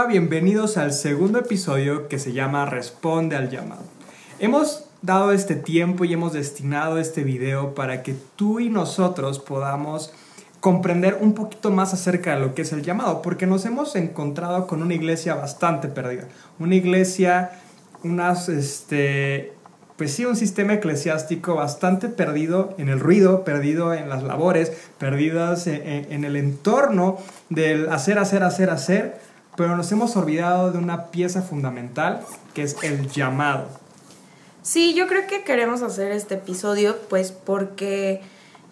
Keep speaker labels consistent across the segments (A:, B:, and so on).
A: Hola, bienvenidos al segundo episodio que se llama Responde al llamado. Hemos dado este tiempo y hemos destinado este video para que tú y nosotros podamos comprender un poquito más acerca de lo que es el llamado, porque nos hemos encontrado con una iglesia bastante perdida. Una iglesia, pues sí, un sistema eclesiástico bastante perdido en el ruido, perdido en las labores, perdidas en el entorno del hacer, pero nos hemos olvidado de una pieza fundamental que es el llamado.
B: Sí, yo creo que queremos hacer este episodio pues porque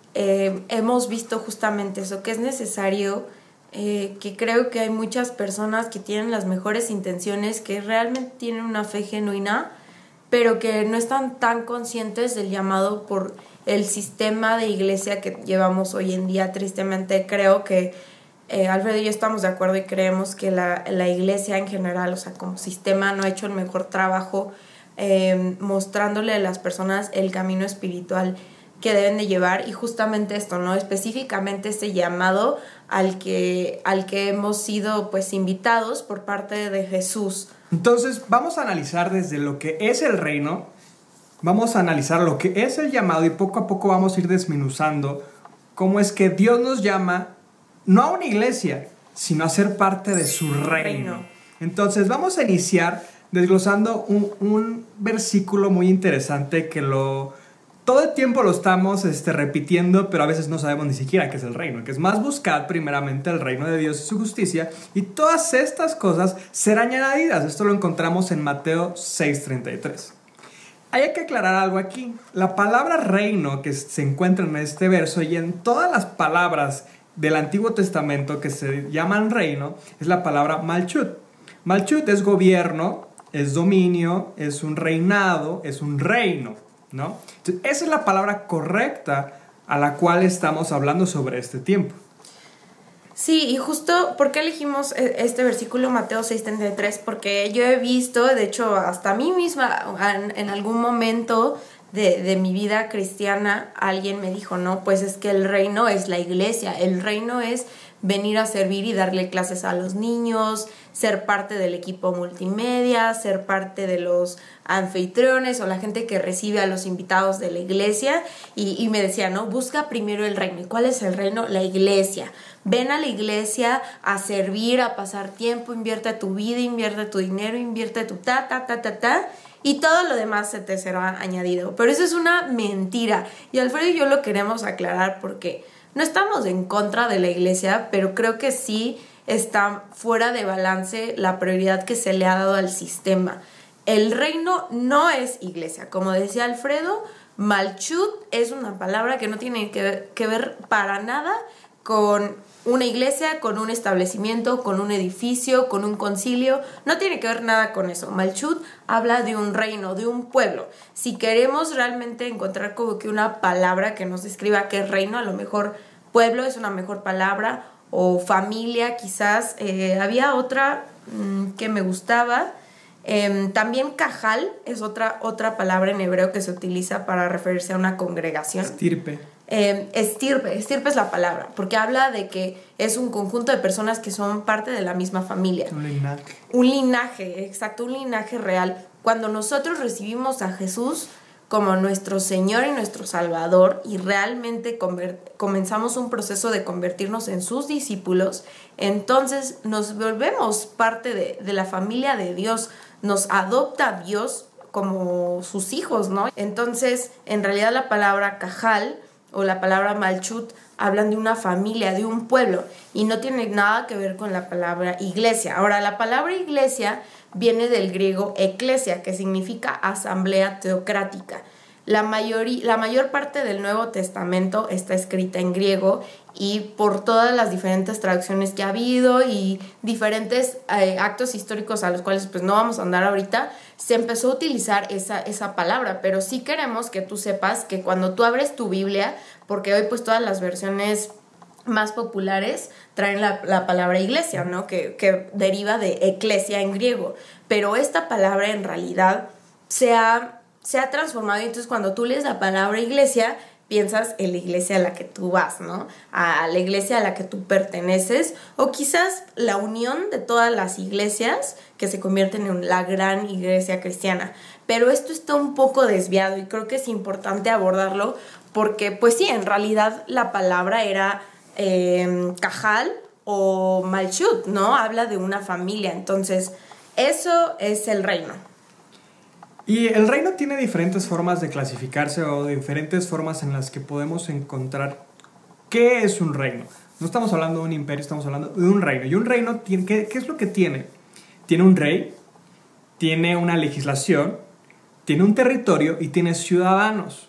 B: hemos visto justamente eso, que es necesario, que creo que hay muchas personas que tienen las mejores intenciones, que realmente tienen una fe genuina, pero que no están tan conscientes del llamado por el sistema de iglesia que llevamos hoy en día. Tristemente creo que Alfredo y yo estamos de acuerdo y creemos que la iglesia en general, o sea, como sistema, no ha hecho el mejor trabajo mostrándole a las personas el camino espiritual que deben de llevar, y justamente esto, ¿no? Específicamente este llamado al que hemos sido pues invitados por parte de Jesús.
A: Entonces vamos a analizar desde lo que es el reino, vamos a analizar lo que es el llamado y poco a poco vamos a ir desmenuzando cómo es que Dios nos llama no a una iglesia, sino a ser parte de su reino. Entonces vamos a iniciar desglosando un versículo muy interesante que todo el tiempo lo estamos repitiendo, pero a veces no sabemos ni siquiera qué es el reino, que es más: buscad primeramente el reino de Dios y su justicia, y todas estas cosas serán añadidas. Esto lo encontramos en Mateo 6:33. Hay que aclarar algo aquí. La palabra reino que se encuentra en este verso y en todas las palabras del Antiguo Testamento que se llaman reino es la palabra malchut. Malchut es gobierno, es dominio, es un reinado, es un reino, ¿no? Entonces, esa es la palabra correcta a la cual estamos hablando sobre este tiempo.
B: Sí, y justo, ¿por qué elegimos este versículo, Mateo 6:33? Porque yo he visto, de hecho, hasta a mí misma, en algún momento de mi vida cristiana, alguien me dijo, no, pues es que el reino es la iglesia, el reino es venir a servir y darle clases a los niños, ser parte del equipo multimedia, ser parte de los anfitriones o la gente que recibe a los invitados de la iglesia, y me decía, no, busca primero el reino. ¿Y cuál es el reino? La iglesia. Ven a la iglesia a servir, a pasar tiempo, invierte tu vida, invierte tu dinero, invierte tu y todo lo demás se te será añadido. Pero eso es una mentira, y Alfredo y yo lo queremos aclarar porque no estamos en contra de la iglesia, pero creo que sí está fuera de balance la prioridad que se le ha dado al sistema. El reino no es iglesia. Como decía Alfredo, malchut es una palabra que no tiene que ver para nada con una iglesia, con un establecimiento, con un edificio, con un concilio. No tiene que ver nada con eso. Malchut habla de un reino, de un pueblo. Si queremos realmente encontrar como que una palabra que nos describa qué es reino, a lo mejor pueblo es una mejor palabra, o familia quizás. Había otra que me gustaba. También cajal es otra palabra en hebreo que se utiliza para referirse a una congregación.
A: Estirpe
B: es la palabra, porque habla de que es un conjunto de personas que son parte de la misma familia. Un linaje, exacto, un linaje real. Cuando nosotros recibimos a Jesús como nuestro Señor y nuestro Salvador, y realmente comenzamos un proceso de convertirnos en sus discípulos, entonces nos volvemos parte de la familia de Dios, nos adopta Dios como sus hijos, ¿no? Entonces, en realidad la palabra cajal o la palabra malchut hablan de una familia, de un pueblo, y no tiene nada que ver con la palabra iglesia. Ahora, la palabra iglesia viene del griego eklesia, que significa asamblea teocrática. La mayor parte del Nuevo Testamento está escrita en griego, y por todas las diferentes traducciones que ha habido y diferentes actos históricos a los cuales pues no vamos a andar ahorita, se empezó a utilizar esa palabra. Pero sí queremos que tú sepas que cuando tú abres tu Biblia, porque hoy pues todas las versiones más populares traen la palabra iglesia, ¿no? Que deriva de eclesia en griego, pero esta palabra en realidad se ha transformado, y entonces cuando tú lees la palabra iglesia piensas en la iglesia a la que tú vas, ¿no? A la iglesia a la que tú perteneces, o quizás la unión de todas las iglesias que se convierten en la gran iglesia cristiana. Pero esto está un poco desviado y creo que es importante abordarlo porque, pues sí, en realidad la palabra era Cajal o Malchut, ¿no? Habla de una familia, entonces eso es el reino.
A: Y el reino tiene diferentes formas de clasificarse o diferentes formas en las que podemos encontrar qué es un reino. No estamos hablando de un imperio, estamos hablando de un reino. Y un reino, ¿qué es lo que tiene? Tiene un rey, tiene una legislación, tiene un territorio y tiene ciudadanos.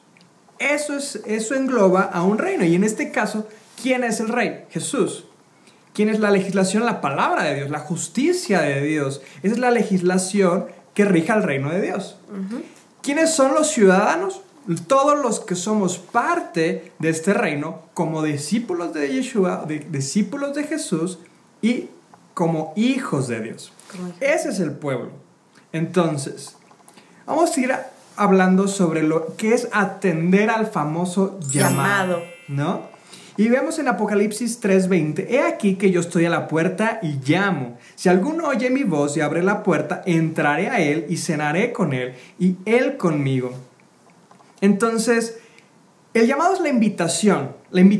A: Eso engloba a un reino. Y en este caso, ¿quién es el rey? Jesús. ¿Quién es la legislación? La palabra de Dios, la justicia de Dios. Esa es la legislación que rija el reino de Dios. Uh-huh. ¿Quiénes son los ciudadanos? Todos los que somos parte de este reino como discípulos de Yeshua, discípulos de Jesús y como hijos de Dios. Ese es el pueblo. Entonces, vamos a ir hablando sobre lo que es atender al famoso llamado, ¿no? Y vemos en Apocalipsis 3:20, he aquí que yo estoy a la puerta y llamo. Si alguno oye mi voz y abre la puerta, entraré a él y cenaré con él y él conmigo. Entonces, el llamado es la invitación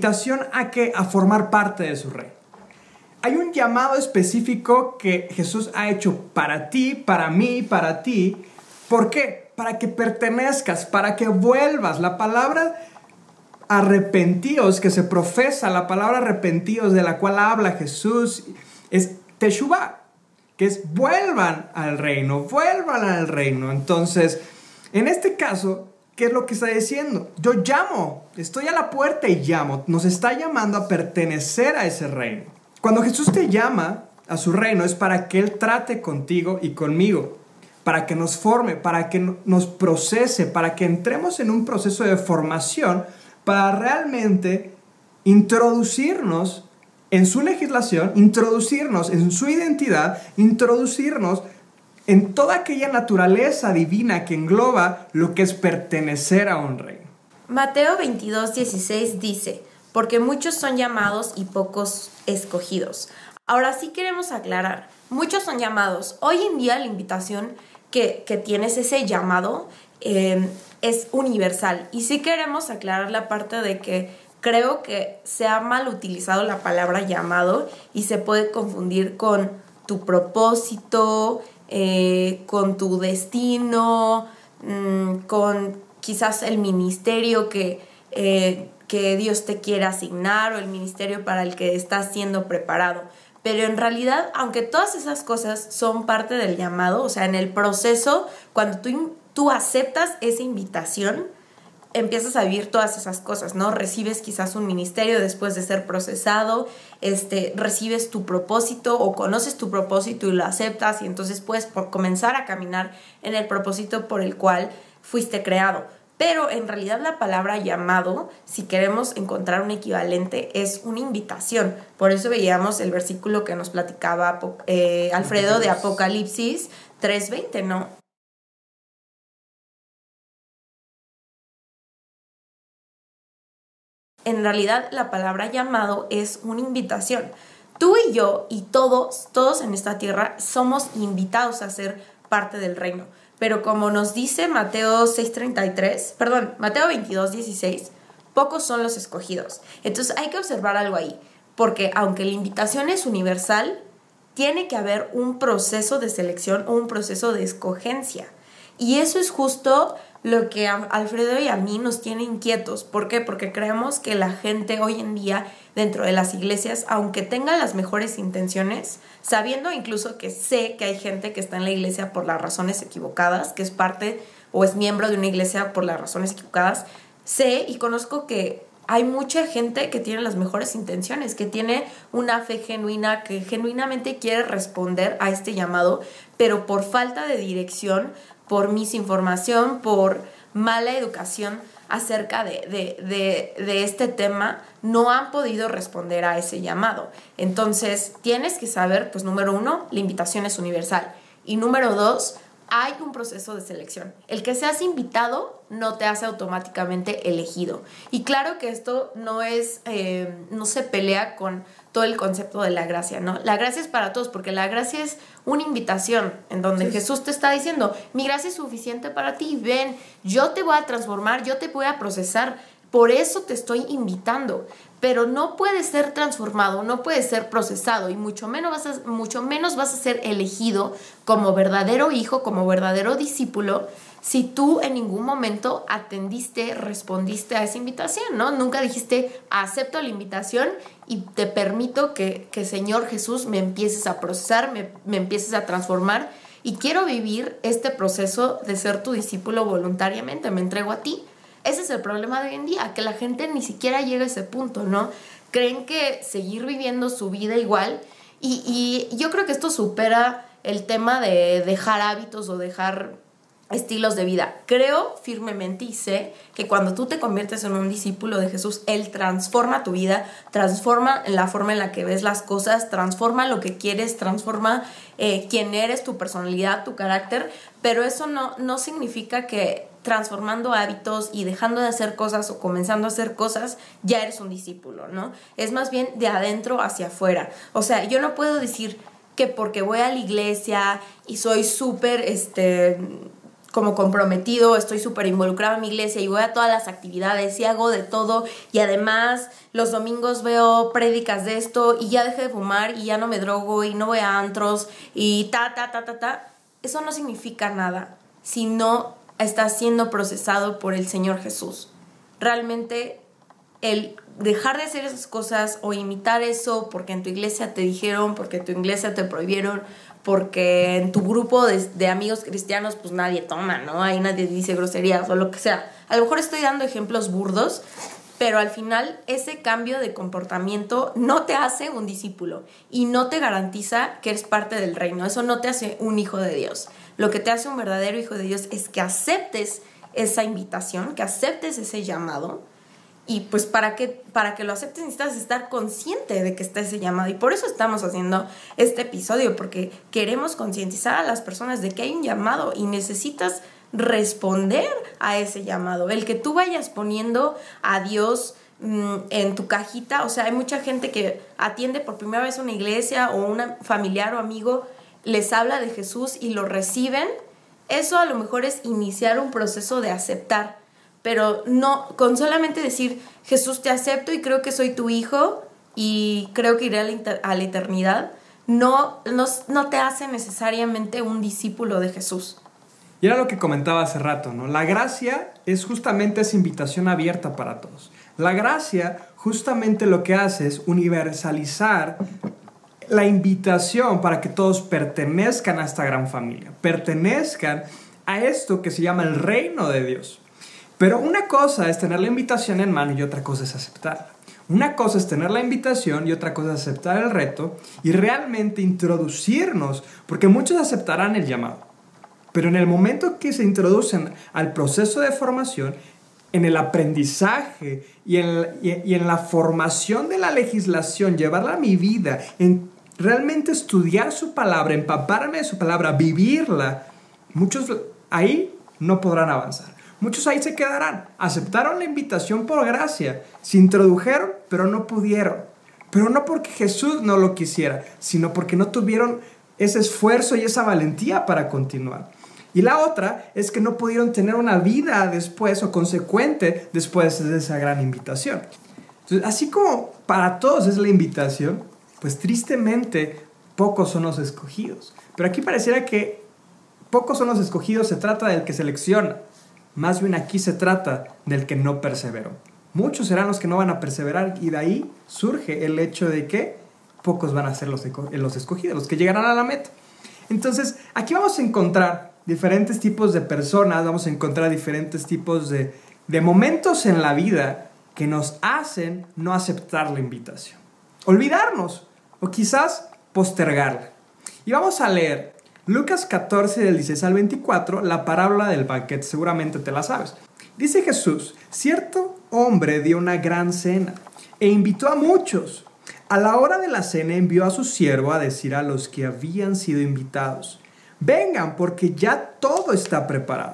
A: a formar parte de su reino. Hay un llamado específico que Jesús ha hecho para ti, para mí, para ti. ¿Por qué? Para que pertenezcas, para que vuelvas. La palabra arrepentíos que se profesa, la palabra arrepentíos de la cual habla Jesús es Teshuvah, que es vuelvan al reino. Entonces, en este caso, ¿qué es lo que está diciendo? Yo llamo, estoy a la puerta y llamo. Nos está llamando a pertenecer a ese reino. Cuando Jesús te llama a su reino es para que Él trate contigo y conmigo, para que nos forme, para que nos procese, para que entremos en un proceso de formación para realmente introducirnos en su legislación, introducirnos en su identidad, introducirnos en toda aquella naturaleza divina que engloba lo que es pertenecer a un reino.
B: Mateo 22:16 dice, porque muchos son llamados y pocos escogidos. Ahora sí queremos aclarar, muchos son llamados. Hoy en día la invitación que tienes, ese llamado, es universal. Y sí queremos aclarar la parte de que creo que se ha mal utilizado la palabra llamado y se puede confundir con tu propósito, con tu destino, con quizás el ministerio que Dios te quiera asignar o el ministerio para el que estás siendo preparado. Pero en realidad, aunque todas esas cosas son parte del llamado, o sea, en el proceso, cuando tú aceptas esa invitación, empiezas a vivir todas esas cosas, ¿no? Recibes quizás un ministerio después de ser procesado, recibes tu propósito o conoces tu propósito y lo aceptas y entonces puedes comenzar a caminar en el propósito por el cual fuiste creado. Pero en realidad la palabra llamado, si queremos encontrar un equivalente, es una invitación. Por eso veíamos el versículo que nos platicaba Alfredo de Apocalipsis 3:20, ¿no? En realidad la palabra llamado es una invitación. Tú y yo y todos en esta tierra somos invitados a ser parte del reino. Pero como nos dice Mateo 22:16, pocos son los escogidos. Entonces hay que observar algo ahí, porque aunque la invitación es universal, tiene que haber un proceso de selección o un proceso de escogencia. Y eso es justo lo que a Alfredo y a mí nos tiene inquietos. ¿Por qué? Porque creemos que la gente hoy en día dentro de las iglesias, aunque tengan las mejores intenciones, sabiendo incluso que sé que hay gente que está en la iglesia por las razones equivocadas, que es parte o es miembro de una iglesia por las razones equivocadas, sé y conozco que hay mucha gente que tiene las mejores intenciones, que tiene una fe genuina, que genuinamente quiere responder a este llamado, pero por falta de dirección, por misinformación, por mala educación acerca de este tema, no han podido responder a ese llamado. Entonces, tienes que saber, pues número 1, la invitación es universal. Y número 2, hay un proceso de selección. El que seas invitado no te hace automáticamente elegido. Y claro que esto no es, no se pelea con todo el concepto de la gracia, ¿no? La gracia es para todos, porque la gracia es una invitación en donde sí, Jesús te está diciendo, mi gracia es suficiente para ti, ven, yo te voy a transformar, yo te voy a procesar, por eso te estoy invitando. Pero no puedes ser transformado, no puedes ser procesado y mucho menos vas a ser elegido como verdadero hijo, como verdadero discípulo, si tú en ningún momento atendiste, respondiste a esa invitación, ¿no? Nunca dijiste, acepto la invitación y te permito que Señor Jesús me empieces a procesar, me empieces a transformar y quiero vivir este proceso de ser tu discípulo voluntariamente, me entrego a ti. Ese es el problema de hoy en día, que la gente ni siquiera llega a ese punto, ¿no? Creen que seguir viviendo su vida igual y yo creo que esto supera el tema de dejar hábitos o dejar estilos de vida. Creo firmemente y sé que cuando tú te conviertes en un discípulo de Jesús, Él transforma tu vida, transforma la forma en la que ves las cosas, transforma lo que quieres, transforma quién eres, tu personalidad, tu carácter, pero eso no significa que transformando hábitos y dejando de hacer cosas o comenzando a hacer cosas, ya eres un discípulo, ¿no? Es más bien de adentro hacia afuera. O sea, yo no puedo decir que porque voy a la iglesia y soy súper, como comprometido, estoy súper involucrado en mi iglesia y voy a todas las actividades y hago de todo y además los domingos veo prédicas de esto y ya dejé de fumar y ya no me drogo y no voy a antros y Eso no significa nada si no está siendo procesado por el Señor Jesús. Realmente el dejar de hacer esas cosas o imitar eso porque en tu iglesia te dijeron, porque en tu iglesia te prohibieron, porque en tu grupo de amigos cristianos pues nadie toma, ¿no? Ahí nadie dice groserías o lo que sea. A lo mejor estoy dando ejemplos burdos, pero al final ese cambio de comportamiento no te hace un discípulo y no te garantiza que eres parte del reino. Eso no te hace un hijo de Dios. Lo que te hace un verdadero hijo de Dios es que aceptes esa invitación, que aceptes ese llamado. Y pues para que lo aceptes necesitas estar consciente de que está ese llamado. Y por eso estamos haciendo este episodio, porque queremos concientizar a las personas de que hay un llamado y necesitas responder a ese llamado. El que tú vayas poniendo a Dios en tu cajita, o sea, hay mucha gente que atiende por primera vez una iglesia o un familiar o amigo les habla de Jesús y lo reciben. Eso a lo mejor es iniciar un proceso de aceptar, pero no con solamente decir Jesús te acepto y creo que soy tu hijo y creo que iré a la eternidad, no te hace necesariamente un discípulo de Jesús.
A: Y era lo que comentaba hace rato, ¿no? La gracia es justamente esa invitación abierta para todos. La gracia justamente lo que hace es universalizar la invitación para que todos pertenezcan a esta gran familia, pertenezcan a esto que se llama el reino de Dios. Pero una cosa es tener la invitación en mano y otra cosa es aceptarla. Una cosa es tener la invitación y otra cosa es aceptar el reto y realmente introducirnos, porque muchos aceptarán el llamado. Pero en el momento que se introducen al proceso de formación, en el aprendizaje y en la formación de la legislación, llevarla a mi vida, en realmente estudiar su palabra, empaparme de su palabra, vivirla, muchos ahí no podrán avanzar. Muchos ahí se quedarán. Aceptaron la invitación por gracia, se introdujeron, pero no pudieron. Pero no porque Jesús no lo quisiera, sino porque no tuvieron ese esfuerzo y esa valentía para continuar. Y la otra es que no pudieron tener una vida después o consecuente después de esa gran invitación. Entonces, así como para todos es la invitación, pues tristemente pocos son los escogidos. Pero aquí pareciera que pocos son los escogidos, se trata del que selecciona. Más bien aquí se trata del que no perseveró. Muchos serán los que no van a perseverar y de ahí surge el hecho de que pocos van a ser los escogidos, los que llegarán a la meta. Entonces, aquí vamos a encontrar diferentes tipos de personas, vamos a encontrar diferentes tipos de momentos en la vida que nos hacen no aceptar la invitación, olvidarnos o quizás postergarla. Y vamos a leer Lucas 14 del 16 al 24, la parábola del banquete, seguramente te la sabes. Dice Jesús: cierto hombre dio una gran cena e invitó a muchos. A la hora de la cena envió a su siervo a decir a los que habían sido invitados: vengan porque ya todo está preparado.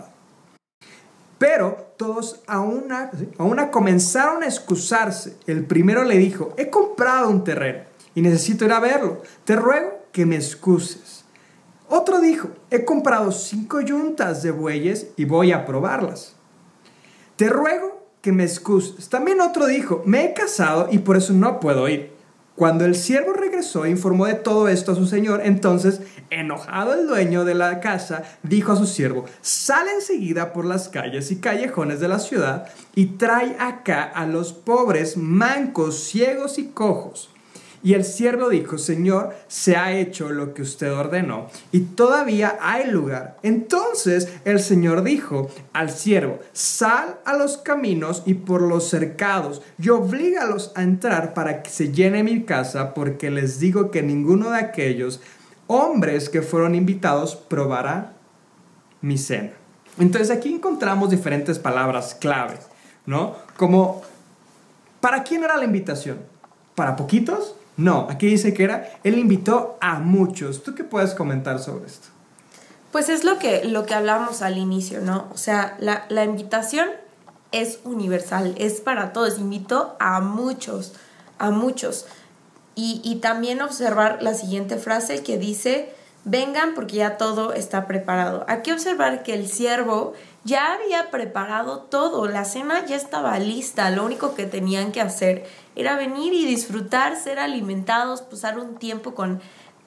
A: Pero todos a una comenzaron a excusarse. El primero le dijo, he comprado un terreno y necesito ir a verlo. Te ruego que me excuses. Otro dijo, he comprado 5 yuntas de bueyes y voy a probarlas. Te ruego que me excuses. También otro dijo, me he casado y por eso no puedo ir. Cuando el siervo regresó e informó de todo esto a su señor, entonces, enojado el dueño de la casa, dijo a su siervo, sale enseguida por las calles y callejones de la ciudad y trae acá a los pobres, mancos, ciegos y cojos. Y el siervo dijo, Señor, se ha hecho lo que usted ordenó y todavía hay lugar. Entonces el Señor dijo al siervo, sal a los caminos y por los cercados y oblígalos a entrar para que se llene mi casa, porque les digo que ninguno de aquellos hombres que fueron invitados probará mi cena. Entonces aquí encontramos diferentes palabras clave, ¿no? Como, ¿para quién era la invitación? ¿Para poquitos? No, aquí dice que él invitó a muchos. ¿Tú qué puedes comentar sobre esto?
B: Pues es lo que hablábamos al inicio, ¿no? O sea, la invitación es universal, es para todos. Invitó a muchos, a muchos. Y también observar la siguiente frase que dice, vengan porque ya todo está preparado. Aquí observar que el siervo ya había preparado todo, la cena ya estaba lista, lo único que tenían que hacer era venir y disfrutar, ser alimentados, pasar un tiempo con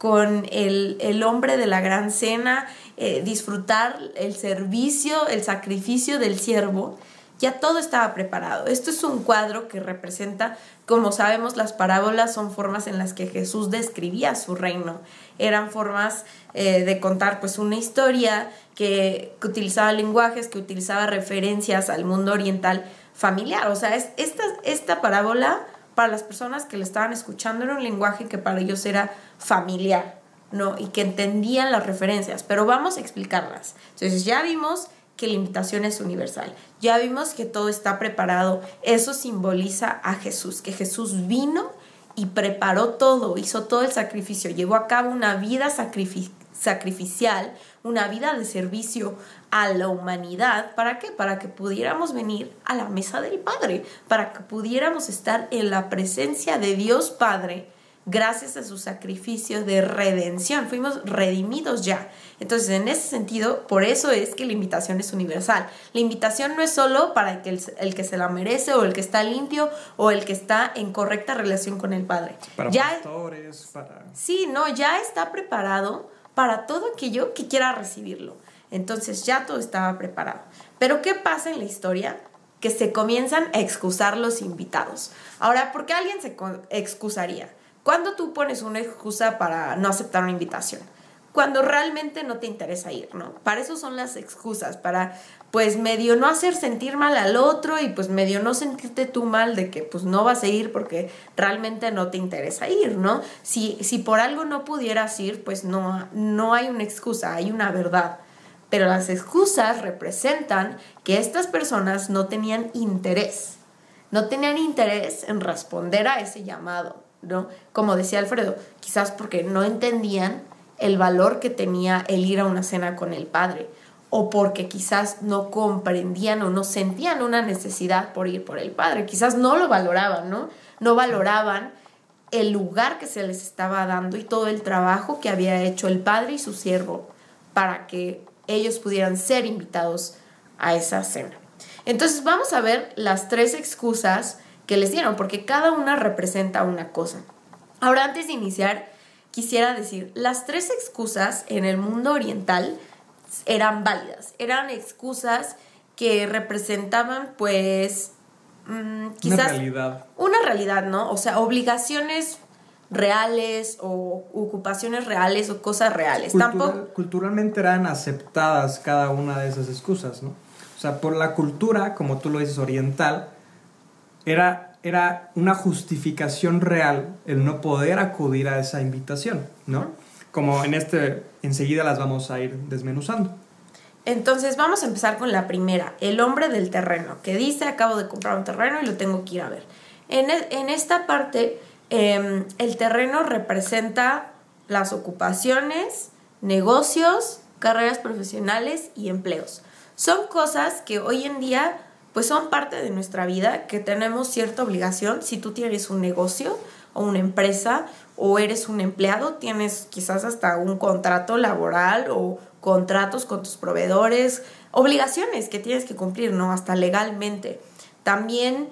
B: el hombre de la gran cena, disfrutar el servicio, el sacrificio del siervo. Ya todo estaba preparado. Esto es un cuadro que representa, como sabemos, las parábolas son formas en las que Jesús describía su reino. Eran formas de contar pues una historia que utilizaba lenguajes, que utilizaba referencias al mundo oriental familiar. O sea, esta parábola, para las personas que le estaban escuchando, era un lenguaje que para ellos era familiar, ¿no? Y que entendían las referencias. Pero vamos a explicarlas. Entonces ya vimos que la invitación es universal. Ya vimos que todo está preparado. Eso simboliza a Jesús, que Jesús vino y preparó todo, hizo todo el sacrificio, llevó a cabo una vida sacrificial, una vida de servicio a la humanidad. ¿Para qué? Para que pudiéramos venir a la mesa del Padre, para que pudiéramos estar en la presencia de Dios Padre, gracias a su sacrificio de redención. Fuimos redimidos ya. Entonces, en ese sentido, por eso es que la invitación es universal. La invitación no es solo para el que se la merece, o el que está limpio, o el que está en correcta relación con el Padre.
A: Para
B: ya,
A: pastores, para...
B: Sí, no, ya está preparado para todo aquello que quiera recibirlo. Entonces, ya todo estaba preparado. Pero, ¿qué pasa en la historia? Que se comienzan a excusar los invitados. Ahora, ¿por qué alguien se excusaría? ¿Cuándo tú pones una excusa para no aceptar una invitación? Cuando realmente no te interesa ir, ¿no? Para eso son las excusas, para pues medio no hacer sentir mal al otro y pues medio no sentirte tú mal de que pues no vas a ir porque realmente no te interesa ir, ¿no? Si por algo no pudieras ir, pues no hay una excusa, hay una verdad. Pero las excusas representan que estas personas no tenían interés en responder a ese llamado, ¿no? Como decía Alfredo, quizás porque no entendían el valor que tenía el ir a una cena con el Padre, o porque quizás no comprendían o no sentían una necesidad por ir por el Padre, quizás no lo valoraban, ¿no? No valoraban el lugar que se les estaba dando y todo el trabajo que había hecho el Padre y su siervo para que ellos pudieran ser invitados a esa cena. Entonces vamos a ver las 3 excusas que les dieron, porque cada una representa una cosa. Ahora, antes de iniciar, quisiera decir, las 3 excusas en el mundo oriental eran válidas, eran excusas que representaban pues quizás una realidad, ¿no? O sea, obligaciones reales o ocupaciones reales o cosas reales.
A: Culturalmente eran aceptadas cada una de esas excusas, ¿no? O sea, por la cultura, como tú lo dices, oriental, era una justificación real el no poder acudir a esa invitación, ¿no? Como enseguida las vamos a ir desmenuzando.
B: Entonces vamos a empezar con la primera, el hombre del terreno, que dice, acabo de comprar un terreno y lo tengo que ir a ver. En esta parte, el terreno representa las ocupaciones, negocios carreras profesionales y empleos. Son cosas que hoy en día pues son parte de nuestra vida, que tenemos cierta obligación. Si tú tienes un negocio o una empresa o eres un empleado, tienes quizás hasta un contrato laboral o contratos con tus proveedores, obligaciones que tienes que cumplir, ¿no? Hasta legalmente. También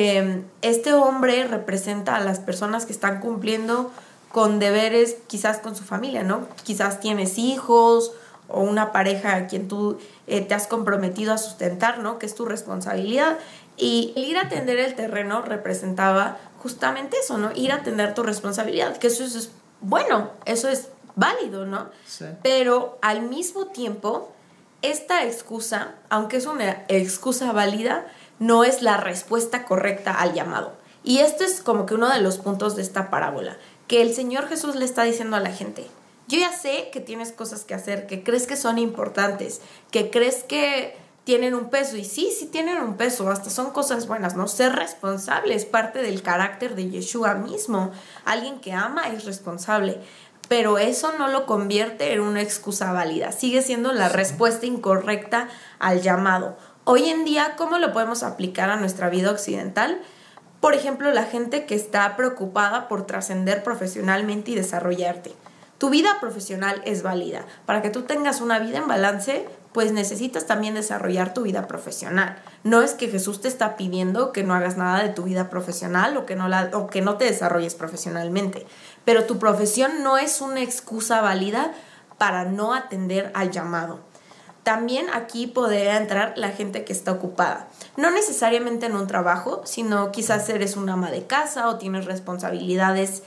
B: este hombre representa a las personas que están cumpliendo con deberes quizás con su familia, ¿no? Quizás tienes hijos o una pareja a quien tú te has comprometido a sustentar, ¿no? Que es tu responsabilidad. Y el ir a atender el terreno representaba justamente eso, ¿no? Ir a atender tu responsabilidad, que eso es bueno, eso es válido, ¿no?
A: Sí.
B: Pero al mismo tiempo, esta excusa, aunque es una excusa válida, no es la respuesta correcta al llamado. Y esto es como que uno de los puntos de esta parábola, que el Señor Jesús le está diciendo a la gente: yo ya sé que tienes cosas que hacer, que crees que son importantes, que crees que tienen un peso, y sí tienen un peso, hasta son cosas buenas, ¿no? Ser responsable es parte del carácter de Yeshua mismo. Alguien que ama es responsable, pero eso no lo convierte en una excusa válida, sigue siendo la respuesta incorrecta al llamado. Hoy en día, ¿cómo lo podemos aplicar a nuestra vida occidental? Por ejemplo, la gente que está preocupada por trascender profesionalmente y desarrollarte. Tu vida profesional es válida. Para que tú tengas una vida en balance, pues necesitas también desarrollar tu vida profesional. No es que Jesús te está pidiendo que no hagas nada de tu vida profesional o que no te desarrolles profesionalmente. Pero tu profesión no es una excusa válida para no atender al llamado. También aquí podría entrar la gente que está ocupada. No necesariamente en un trabajo, sino quizás eres una ama de casa o tienes responsabilidades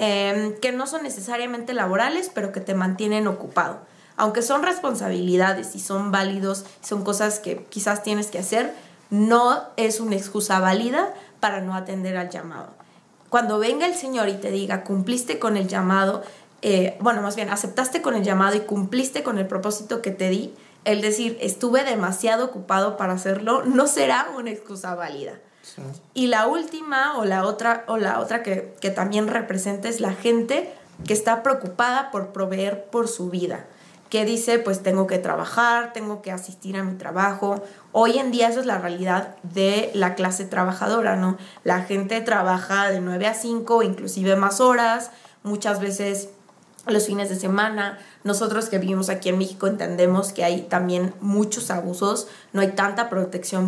B: que no son necesariamente laborales, pero que te mantienen ocupado. Aunque son responsabilidades y son válidos, son cosas que quizás tienes que hacer, no es una excusa válida para no atender al llamado. Cuando venga el Señor y te diga, cumpliste con el llamado, más bien, aceptaste con el llamado y cumpliste con el propósito que te di, el decir, estuve demasiado ocupado para hacerlo, no será una excusa válida. Sí. Y la última o la otra que también representa es la gente que está preocupada por proveer por su vida, que dice, pues tengo que trabajar, tengo que asistir a mi trabajo. Hoy en día eso es la realidad de la clase trabajadora, ¿no? La gente trabaja de 9 a 5, inclusive más horas, muchas veces los fines de semana. Nosotros que vivimos aquí en México entendemos que hay también muchos abusos, no hay tanta protección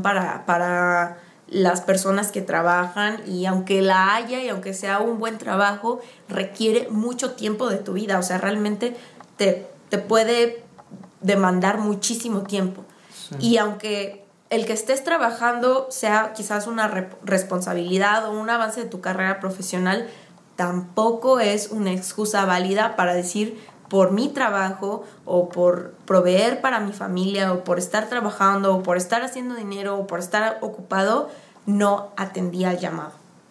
B: para las personas que trabajan, y aunque la haya y aunque sea un buen trabajo, requiere mucho tiempo de tu vida, o sea, realmente te puede demandar muchísimo tiempo. Sí. Y aunque el que estés trabajando sea quizás una responsabilidad o un avance de tu carrera profesional, tampoco es una excusa válida para decir, por mi trabajo o por proveer para mi familia o por estar trabajando o por estar haciendo dinero o por estar ocupado, no atendí al llamado.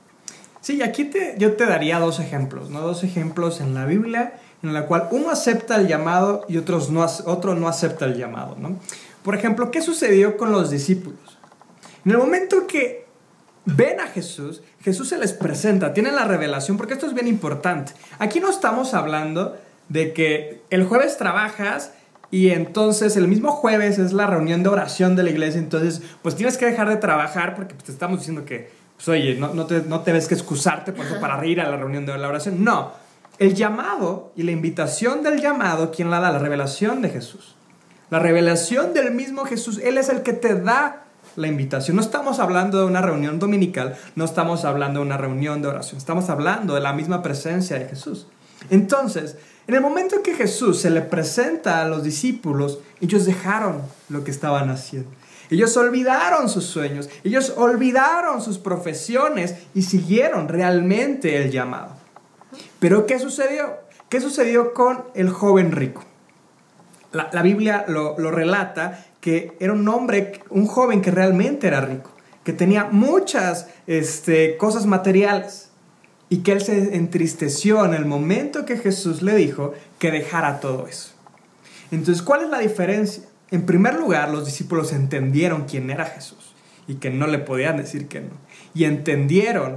A: Sí, aquí yo te daría dos ejemplos, ¿no? Dos ejemplos en la Biblia en la cual uno acepta el llamado y otro no acepta el llamado, ¿no? Por ejemplo, ¿qué sucedió con los discípulos? En el momento que ven a Jesús, Jesús se les presenta, tienen la revelación, porque esto es bien importante. Aquí no estamos hablando de que el jueves trabajas y entonces el mismo jueves es la reunión de oración de la iglesia, entonces pues tienes que dejar de trabajar porque pues, te estamos diciendo que, pues oye, no te ves que excusarte por eso para ir a la reunión de la oración. No, el llamado y la invitación del llamado, ¿quién la da? La revelación de Jesús. La revelación del mismo Jesús, Él es el que te da la invitación. No estamos hablando de una reunión dominical, no estamos hablando de una reunión de oración, estamos hablando de la misma presencia de Jesús. Entonces, en el momento en que Jesús se le presenta a los discípulos, ellos dejaron lo que estaban haciendo. Ellos olvidaron sus sueños, ellos olvidaron sus profesiones y siguieron realmente el llamado. Pero ¿qué sucedió? ¿Qué sucedió con el joven rico? La Biblia lo relata que era un joven que realmente era rico, que tenía muchas cosas materiales, y que él se entristeció en el momento que Jesús le dijo que dejara todo eso. Entonces, ¿cuál es la diferencia? En primer lugar, los discípulos entendieron quién era Jesús y que no le podían decir que no. Y entendieron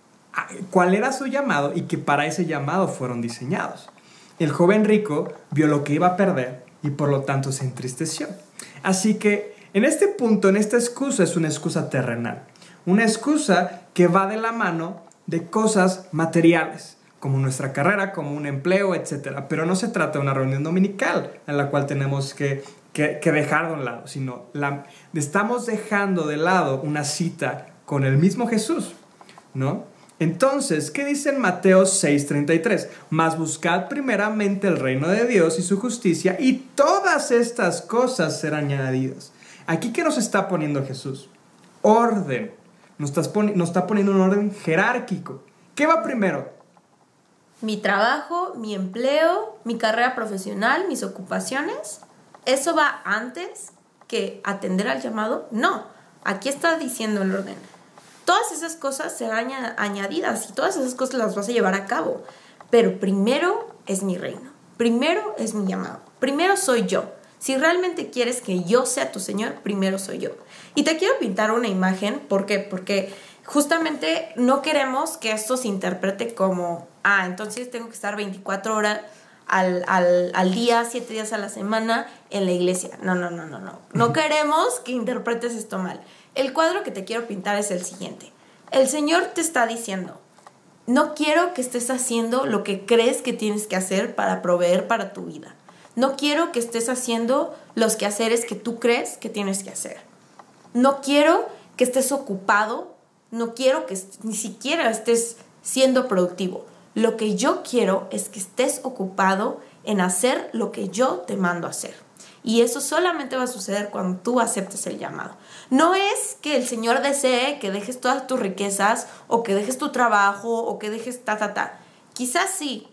A: cuál era su llamado y que para ese llamado fueron diseñados. El joven rico vio lo que iba a perder y por lo tanto se entristeció. Así que en este punto, en esta excusa, es una excusa terrenal. Una excusa que va de la mano de cosas materiales, como nuestra carrera, como un empleo, etc. Pero no se trata de una reunión dominical en la cual tenemos que dejar de un lado, sino estamos dejando de lado una cita con el mismo Jesús, ¿no? Entonces, ¿qué dice en Mateo 6:33? Mas buscad primeramente el reino de Dios y su justicia, y todas estas cosas serán añadidas. Aquí, ¿qué nos está poniendo Jesús? Orden. Nos está poniendo un orden jerárquico. ¿Qué va primero?
B: Mi trabajo, mi empleo, mi carrera profesional, mis ocupaciones. ¿Eso va antes que atender al llamado? No. Aquí está diciendo el orden. Todas esas cosas serán añadidas y todas esas cosas las vas a llevar a cabo. Pero primero es mi reino. Primero es mi llamado. Primero soy yo. Si realmente quieres que yo sea tu Señor, primero soy yo. Y te quiero pintar una imagen. ¿Por qué? Porque justamente no queremos que esto se interprete como, entonces tengo que estar 24 horas al día, 7 días a la semana en la iglesia. No. No queremos que interpretes esto mal. El cuadro que te quiero pintar es el siguiente. El Señor te está diciendo, no quiero que estés haciendo lo que crees que tienes que hacer para proveer para tu vida. No quiero que estés haciendo los quehaceres que tú crees que tienes que hacer. No quiero que estés ocupado. No quiero que ni siquiera estés siendo productivo. Lo que yo quiero es que estés ocupado en hacer lo que yo te mando a hacer. Y eso solamente va a suceder cuando tú aceptes el llamado. No es que el Señor desee que dejes todas tus riquezas o que dejes tu trabajo o que dejes Quizás sí,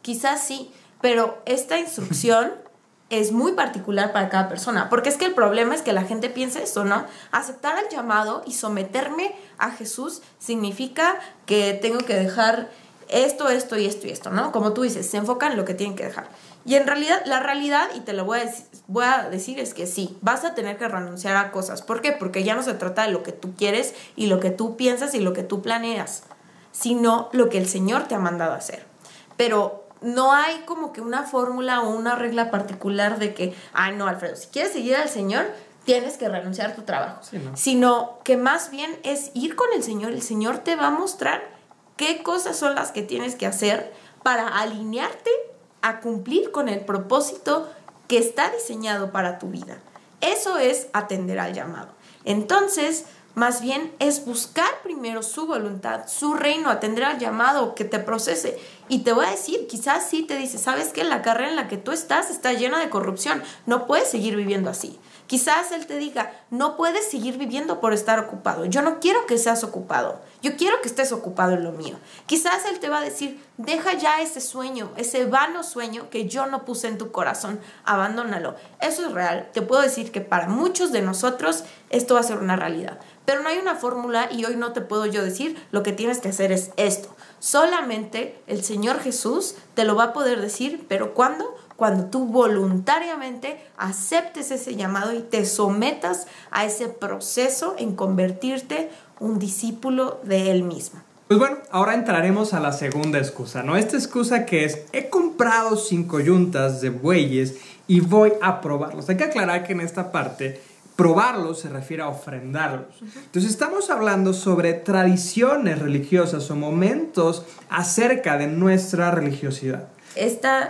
B: pero esta instrucción es muy particular para cada persona, porque es que el problema es que la gente piensa eso, ¿no? Aceptar el llamado y someterme a Jesús significa que tengo que dejar esto, ¿no? Como tú dices, se enfocan en lo que tienen que dejar. Y en realidad, la realidad, y te lo voy a decir, es que sí, vas a tener que renunciar a cosas. ¿Por qué? Porque ya no se trata de lo que tú quieres y lo que tú piensas y lo que tú planeas, sino lo que el Señor te ha mandado a hacer. Pero no hay como que una fórmula o una regla particular de que, no, Alfredo, si quieres seguir al Señor, tienes que renunciar a tu trabajo. Sí, ¿no? Sino que más bien es ir con el Señor te va a mostrar qué cosas son las que tienes que hacer para alinearte a cumplir con el propósito que está diseñado para tu vida. Eso es atender al llamado. Entonces, más bien es buscar primero su voluntad, su reino, atender al llamado, que te procese. Y te voy a decir, quizás sí te dice, ¿sabes qué? La carrera en la que tú estás está llena de corrupción. No puedes seguir viviendo así. Quizás Él te diga, no puedes seguir viviendo por estar ocupado. Yo no quiero que seas ocupado. Yo quiero que estés ocupado en lo mío. Quizás Él te va a decir, deja ya ese sueño, ese vano sueño que yo no puse en tu corazón. Abandónalo. Eso es real. Te puedo decir que para muchos de nosotros esto va a ser una realidad. Pero no hay una fórmula y hoy no te puedo yo decir, lo que tienes que hacer es esto. Solamente el Señor Jesús te lo va a poder decir, pero ¿cuándo? Cuando tú voluntariamente aceptes ese llamado y te sometas a ese proceso en convertirte un discípulo de Él mismo.
A: Pues bueno, ahora entraremos a la segunda excusa, ¿no? Esta excusa que es, he comprado 5 yuntas de bueyes y voy a probarlos. Hay que aclarar que en esta parte, probarlos se refiere a ofrendarlos. Entonces estamos hablando sobre tradiciones religiosas o momentos acerca de nuestra religiosidad.
B: Esta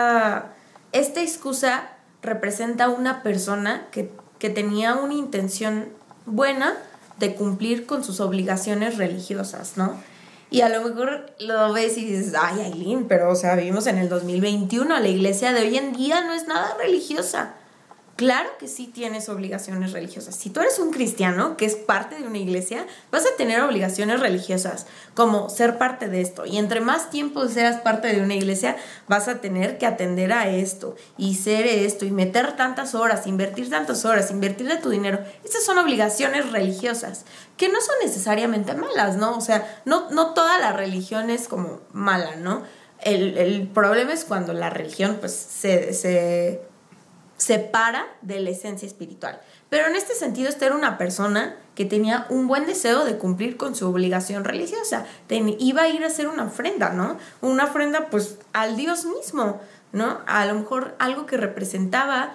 B: excusa representa a una persona que tenía una intención buena de cumplir con sus obligaciones religiosas, ¿no? Y a lo mejor lo ves y dices, ay, Aileen, pero o sea, vivimos en el 2021, la iglesia de hoy en día no es nada religiosa. Claro que sí tienes obligaciones religiosas. Si tú eres un cristiano que es parte de una iglesia, vas a tener obligaciones religiosas, como ser parte de esto. Y entre más tiempo seas parte de una iglesia, vas a tener que atender a esto y ser esto y meter tantas horas, invertir de tu dinero. Estas son obligaciones religiosas que no son necesariamente malas, ¿no? O sea, no toda la religión es como mala, ¿no? El problema es cuando la religión pues se separa de la esencia espiritual. Pero en este sentido, esta era una persona que tenía un buen deseo de cumplir con su obligación religiosa. Iba a ir a hacer una ofrenda, ¿no? Una ofrenda, pues, al Dios mismo. ¿no? A lo mejor algo que representaba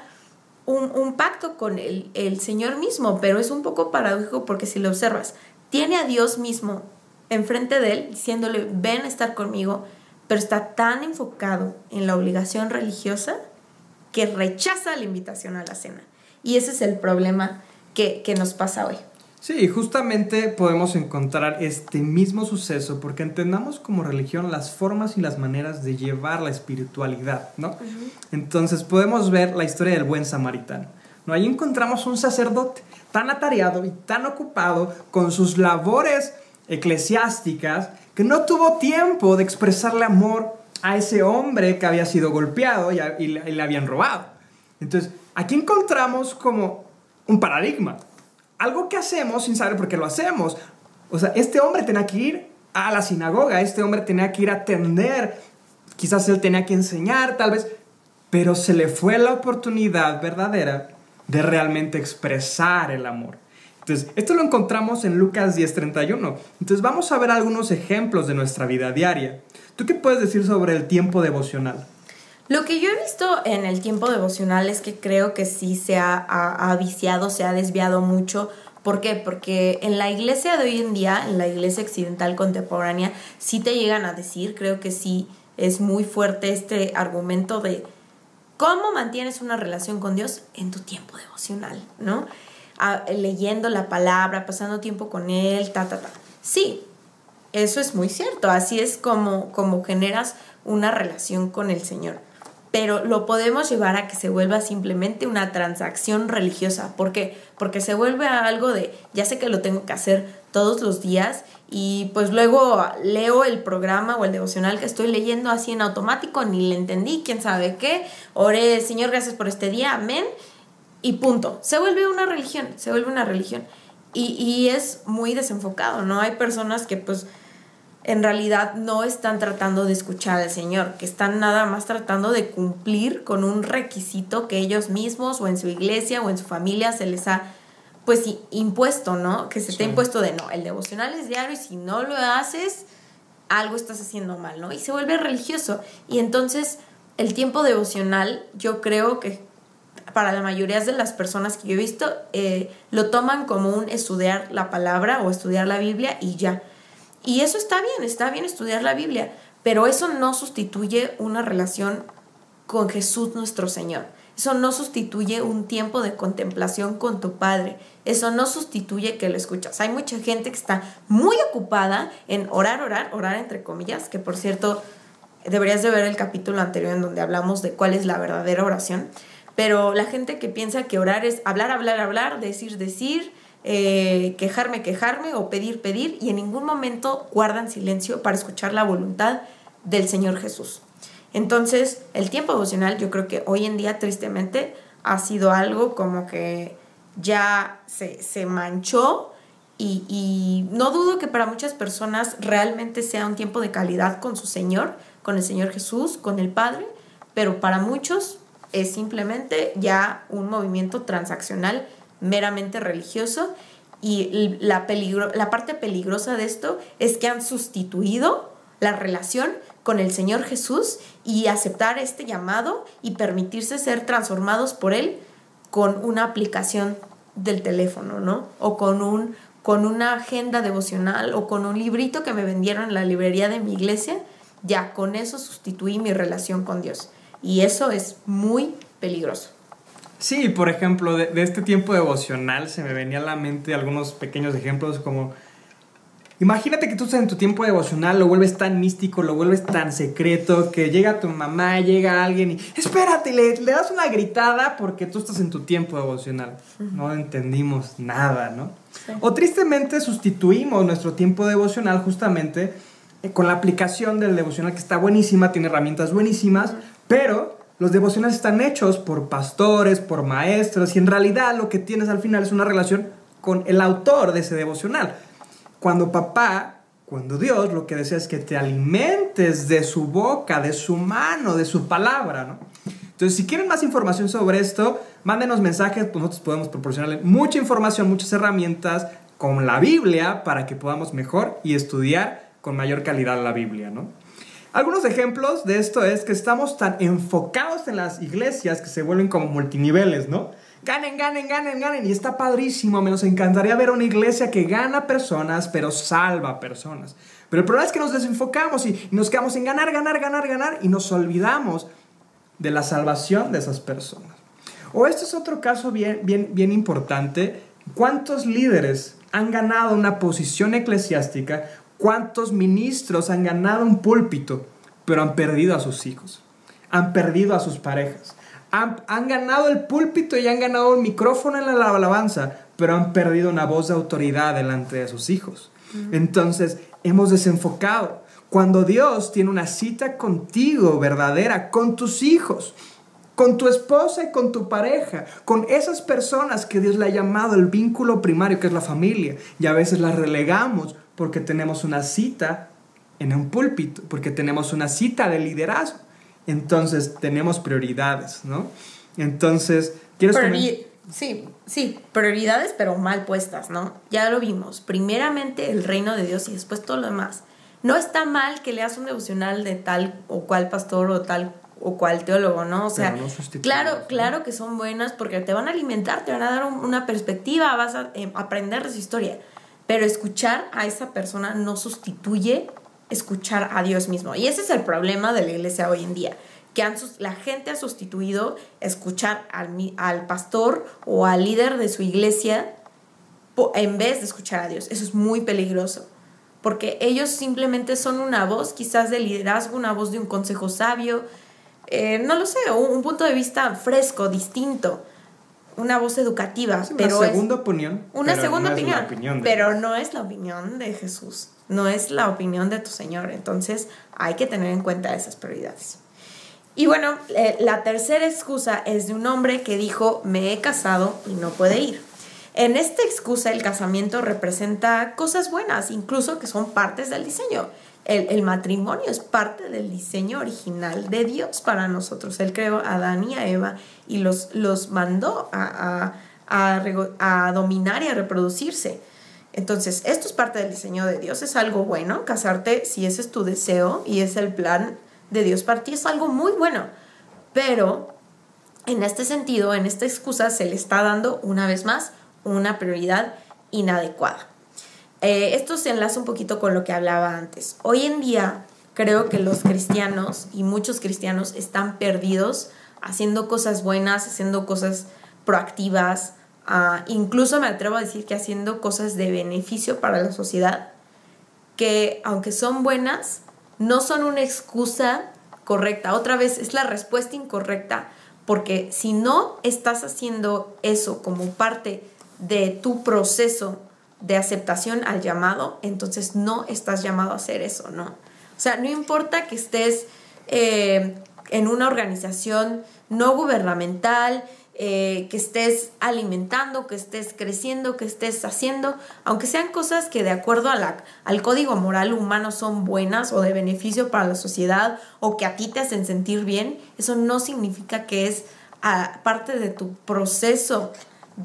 B: un pacto con el Señor mismo, pero es un poco paradójico porque si lo observas, tiene a Dios mismo enfrente de él diciéndole, ven a estar conmigo, pero está tan enfocado en la obligación religiosa que rechaza la invitación a la cena. Y ese es el problema que nos pasa hoy.
A: Sí, justamente podemos encontrar este mismo suceso porque entendamos como religión las formas y las maneras de llevar la espiritualidad, ¿no? Uh-huh. Entonces podemos ver la historia del buen samaritano, ¿no? Ahí encontramos un sacerdote tan atareado y tan ocupado con sus labores eclesiásticas que no tuvo tiempo de expresarle amor a ese hombre que había sido golpeado y le habían robado. Entonces, aquí encontramos como un paradigma. Algo que hacemos sin saber por qué lo hacemos. O sea, este hombre tenía que ir a la sinagoga, este hombre tenía que ir a atender, quizás él tenía que enseñar, tal vez, pero se le fue la oportunidad verdadera de realmente expresar el amor. Entonces, esto lo encontramos en Lucas 10:31. Entonces, vamos a ver algunos ejemplos de nuestra vida diaria. ¿Tú qué puedes decir sobre el tiempo devocional?
B: Lo que yo he visto en el tiempo devocional es que creo que sí se ha viciado, se ha desviado mucho. ¿Por qué? Porque en la iglesia de hoy en día, en la iglesia occidental contemporánea, sí te llegan a decir, creo que sí es muy fuerte este argumento de cómo mantienes una relación con Dios en tu tiempo devocional, ¿no? Leyendo la palabra, pasando tiempo con Él, Sí, eso es muy cierto. Así es como generas una relación con el Señor. Pero lo podemos llevar a que se vuelva simplemente una transacción religiosa. ¿Por qué? Porque se vuelve a algo de, ya sé que lo tengo que hacer todos los días y pues luego leo el programa o el devocional que estoy leyendo así en automático, ni le entendí, quién sabe qué. Oré, Señor, gracias por este día, amén. Y punto. Se vuelve una religión. Y es muy desenfocado, ¿no? Hay personas que pues en realidad no están tratando de escuchar al Señor, que están nada más tratando de cumplir con un requisito que ellos mismos o en su iglesia o en su familia se les ha pues impuesto, ¿no? Que se te ha impuesto de no, el devocional es diario y si no lo haces, algo estás haciendo mal, ¿no? Y se vuelve religioso. Y entonces el tiempo devocional yo creo que para la mayoría de las personas que yo he visto lo toman como un estudiar la palabra o estudiar la Biblia y ya. Y eso está bien estudiar la Biblia, pero eso no sustituye una relación con Jesús nuestro Señor. Eso no sustituye un tiempo de contemplación con tu Padre. Eso no sustituye que lo escuchas. Hay mucha gente que está muy ocupada en orar entre comillas, que por cierto, deberías de ver el capítulo anterior en donde hablamos de cuál es la verdadera oración. Pero la gente que piensa que orar es hablar, decir, quejarme o pedir y en ningún momento guardan silencio para escuchar la voluntad del Señor Jesús. Entonces, el tiempo devocional yo creo que hoy en día tristemente ha sido algo como que ya se manchó y no dudo que para muchas personas realmente sea un tiempo de calidad con su Señor, con el Señor Jesús, con el Padre, pero para muchos es simplemente ya un movimiento transaccional meramente religioso y la parte peligrosa de esto es que han sustituido la relación con el Señor Jesús y aceptar este llamado y permitirse ser transformados por Él con una aplicación del teléfono, ¿no? O con una agenda devocional o con un librito que me vendieron en la librería de mi iglesia. Ya, con eso sustituí mi relación con Dios y eso es muy peligroso.
A: Sí, por ejemplo, de este tiempo devocional se me venía a la mente algunos pequeños ejemplos como imagínate que tú estás en tu tiempo devocional, lo vuelves tan místico, lo vuelves tan secreto que llega tu mamá, llega alguien y espérate, le das una gritada porque tú estás en tu tiempo devocional. No entendimos nada, ¿no? Sí. O tristemente sustituimos nuestro tiempo devocional justamente con la aplicación del devocional que está buenísima, tiene herramientas buenísimas, pero los devocionales están hechos por pastores, por maestros, y en realidad lo que tienes al final es una relación con el autor de ese devocional. Cuando Dios lo que desea es que te alimentes de su boca, de su mano, de su palabra, ¿no? Entonces, si quieren más información sobre esto, mándenos mensajes, pues nosotros podemos proporcionarles mucha información, muchas herramientas con la Biblia para que podamos mejor y estudiar con mayor calidad la Biblia, ¿no? Algunos ejemplos de esto es que estamos tan enfocados en las iglesias que se vuelven como multiniveles, ¿no? Ganen, ganen, ganen, ganen. Y está padrísimo. Me nos encantaría ver una iglesia que gana personas, pero salva personas. Pero el problema es que nos desenfocamos y nos quedamos en ganar, ganar, ganar, ganar. Y nos olvidamos de la salvación de esas personas. O este es otro caso bien importante. ¿Cuántos líderes han ganado una posición eclesiástica? ¿Cuántos ministros han ganado un púlpito, pero han perdido a sus hijos? Han perdido a sus parejas. Han ganado el púlpito y han ganado un micrófono en la alabanza, pero han perdido una voz de autoridad delante de sus hijos. Entonces, hemos desenfocado. Cuando Dios tiene una cita contigo verdadera, con tus hijos, con tu esposa y con tu pareja, con esas personas que Dios le ha llamado el vínculo primario, que es la familia, y a veces las relegamos porque tenemos una cita en un púlpito, porque tenemos una cita de liderazgo. Entonces tenemos prioridades, ¿no? Entonces, ¿quieres comentar?
B: Sí, prioridades, pero mal puestas, ¿no? Ya lo vimos. Primeramente el reino de Dios y después todo lo demás. No está mal que leas un devocional de tal o cual pastor o tal o cual teólogo, ¿no? O sea, no claro que son buenas porque te van a alimentar, te van a dar una perspectiva, vas a aprender de su historia. Pero escuchar a esa persona no sustituye escuchar a Dios mismo. Y ese es el problema de la iglesia hoy en día, que la gente ha sustituido escuchar al pastor o al líder de su iglesia en vez de escuchar a Dios. Eso es muy peligroso, porque ellos simplemente son una voz quizás de liderazgo, una voz de un consejo sabio, no lo sé, un punto de vista fresco, distinto, una voz educativa.
A: Sí, pero una segunda opinión.
B: Una segunda opinión, pero no es la opinión de Jesús, no es la opinión de tu Señor. Entonces hay que tener en cuenta esas prioridades. Y bueno, la tercera excusa es de un hombre que dijo: me he casado y no puede ir. En esta excusa el casamiento representa cosas buenas, incluso que son partes del diseño. El matrimonio es parte del diseño original de Dios para nosotros. Él creó a Adán y a Eva y los mandó a dominar y a reproducirse. Entonces, esto es parte del diseño de Dios. Es algo bueno. Casarte, si ese es tu deseo y es el plan de Dios para ti, es algo muy bueno. Pero en este sentido, en esta excusa, se le está dando una vez más una prioridad inadecuada. Esto se enlaza un poquito con lo que hablaba antes. Hoy en día creo que los cristianos y muchos cristianos están perdidos haciendo cosas buenas, haciendo cosas proactivas, incluso me atrevo a decir que haciendo cosas de beneficio para la sociedad, que aunque son buenas, no son una excusa correcta. Otra vez es la respuesta incorrecta, porque si no estás haciendo eso como parte de tu proceso de aceptación al llamado, entonces no estás llamado a hacer eso, ¿no? O sea, no importa que estés en una organización no gubernamental, que estés alimentando, que estés creciendo, que estés haciendo, aunque sean cosas que de acuerdo al código moral humano son buenas o de beneficio para la sociedad o que a ti te hacen sentir bien, eso no significa que es parte de tu proceso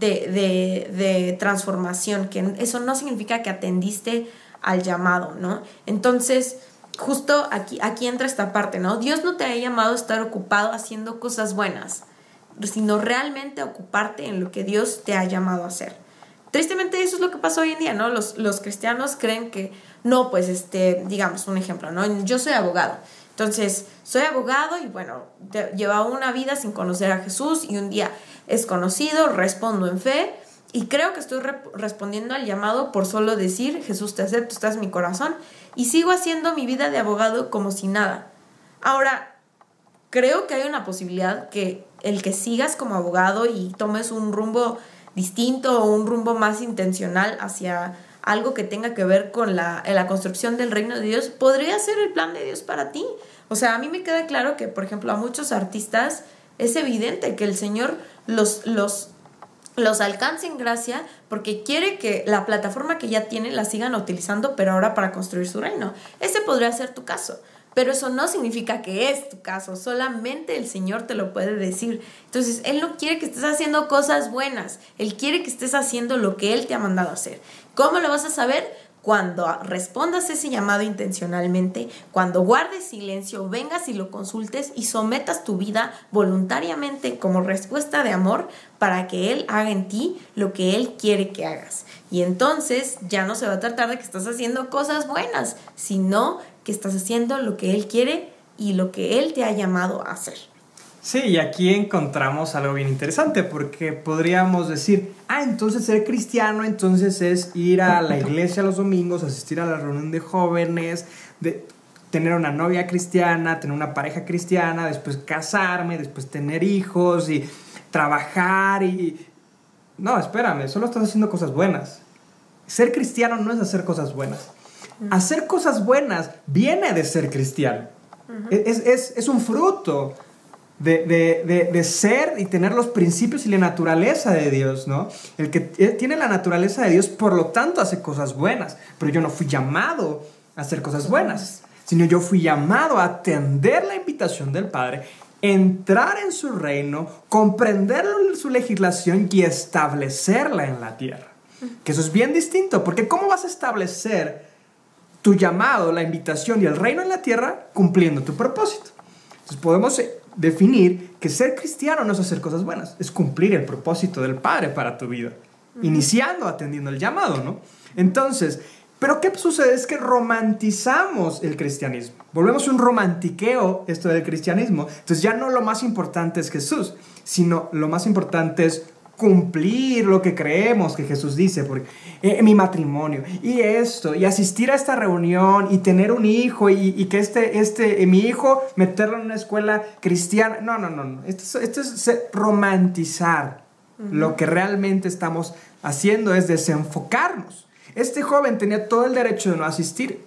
B: de transformación, que eso no significa que atendiste al llamado, ¿no? Entonces, justo aquí entra esta parte, ¿no? Dios no te ha llamado a estar ocupado haciendo cosas buenas, sino realmente ocuparte en lo que Dios te ha llamado a hacer. Tristemente eso es lo que pasa hoy en día, ¿no? Los cristianos creen que, no, pues, digamos, un ejemplo, ¿no? Yo soy abogado. Entonces, soy abogado y bueno, llevaba una vida sin conocer a Jesús y un día es conocido, respondo en fe y creo que estoy respondiendo al llamado por solo decir: Jesús, te acepto, estás en mi corazón, y sigo haciendo mi vida de abogado como si nada. Ahora, creo que hay una posibilidad que el que sigas como abogado y tomes un rumbo distinto o un rumbo más intencional hacia algo que tenga que ver con la construcción del reino de Dios, podría ser el plan de Dios para ti. O sea, a mí me queda claro que, por ejemplo, a muchos artistas es evidente que el Señor los alcance en gracia porque quiere que la plataforma que ya tienen la sigan utilizando, pero ahora para construir su reino. Ese podría ser tu caso, pero eso no significa que es tu caso, solamente el Señor te lo puede decir. Entonces, Él no quiere que estés haciendo cosas buenas, Él quiere que estés haciendo lo que Él te ha mandado a hacer. ¿Cómo lo vas a saber? cuando respondas ese llamado intencionalmente, cuando guardes silencio, vengas y lo consultes y sometas tu vida voluntariamente como respuesta de amor para que Él haga en ti lo que Él quiere que hagas. Y entonces ya no se va a tratar de que estás haciendo cosas buenas, sino que estás haciendo lo que Él quiere y lo que Él te ha llamado a hacer.
A: Sí, y aquí encontramos algo bien interesante, porque podríamos decir, entonces ser cristiano, entonces es ir a la iglesia los domingos, asistir a la reunión de jóvenes, de tener una novia cristiana, tener una pareja cristiana, después casarme, después tener hijos y trabajar y... No, espérame, solo estás haciendo cosas buenas. Ser cristiano no es hacer cosas buenas. Hacer cosas buenas viene de ser cristiano. Es un fruto de ser y tener los principios y la naturaleza de Dios, ¿no? El que tiene la naturaleza de Dios, por lo tanto, hace cosas buenas. Pero yo no fui llamado a hacer cosas buenas, sino yo fui llamado a atender la invitación del Padre, entrar en su reino, comprender su legislación y establecerla en la tierra. Que eso es bien distinto, porque ¿cómo vas a establecer tu llamado, la invitación y el reino en la tierra cumpliendo tu propósito? Entonces podemos definir que ser cristiano no es hacer cosas buenas, es cumplir el propósito del Padre para tu vida, iniciando, atendiendo el llamado, ¿no? Entonces, ¿pero qué sucede? Es que romantizamos el cristianismo, volvemos un romantiqueo esto del cristianismo. Entonces ya no lo más importante es Jesús, sino lo más importante es cumplir lo que creemos que Jesús dice, porque mi matrimonio y esto, y asistir a esta reunión y tener un hijo y que mi hijo meterlo en una escuela cristiana. No. Esto es romantizar. Lo que realmente estamos haciendo es desenfocarnos. Este joven tenía todo el derecho de no asistir.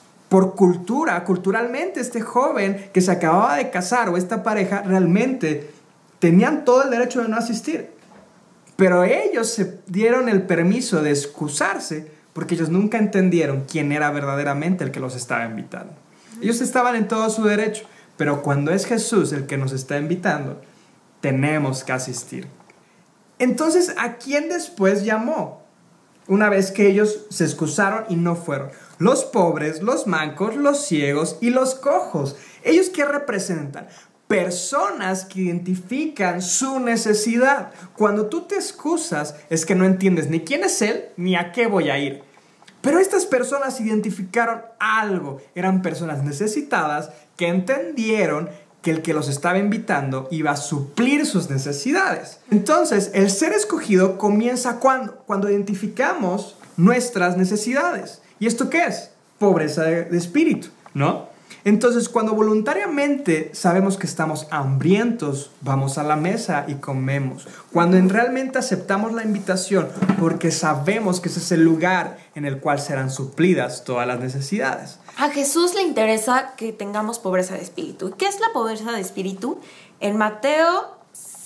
A: Culturalmente, este joven que se acababa de casar o esta pareja realmente tenían todo el derecho de no asistir. Pero ellos se dieron el permiso de excusarse porque ellos nunca entendieron quién era verdaderamente el que los estaba invitando. Ellos estaban en todo su derecho, pero cuando es Jesús el que nos está invitando, tenemos que asistir. Entonces, ¿a quién después llamó? Una vez que ellos se excusaron y no fueron. Los pobres, los mancos, los ciegos y los cojos. ¿Ellos qué representan? Personas que identifican su necesidad. Cuando tú te excusas es que no entiendes ni quién es Él ni a qué voy a ir. Pero estas personas identificaron algo. Eran personas necesitadas que entendieron que el que los estaba invitando iba a suplir sus necesidades. Entonces, el ser escogido comienza cuando identificamos nuestras necesidades. ¿Y esto qué es? Pobreza de espíritu, ¿no? Entonces, cuando voluntariamente sabemos que estamos hambrientos, vamos a la mesa y comemos. Cuando realmente aceptamos la invitación porque sabemos que ese es el lugar en el cual serán suplidas todas las necesidades.
B: A Jesús le interesa que tengamos pobreza de espíritu. ¿Qué es la pobreza de espíritu? En Mateo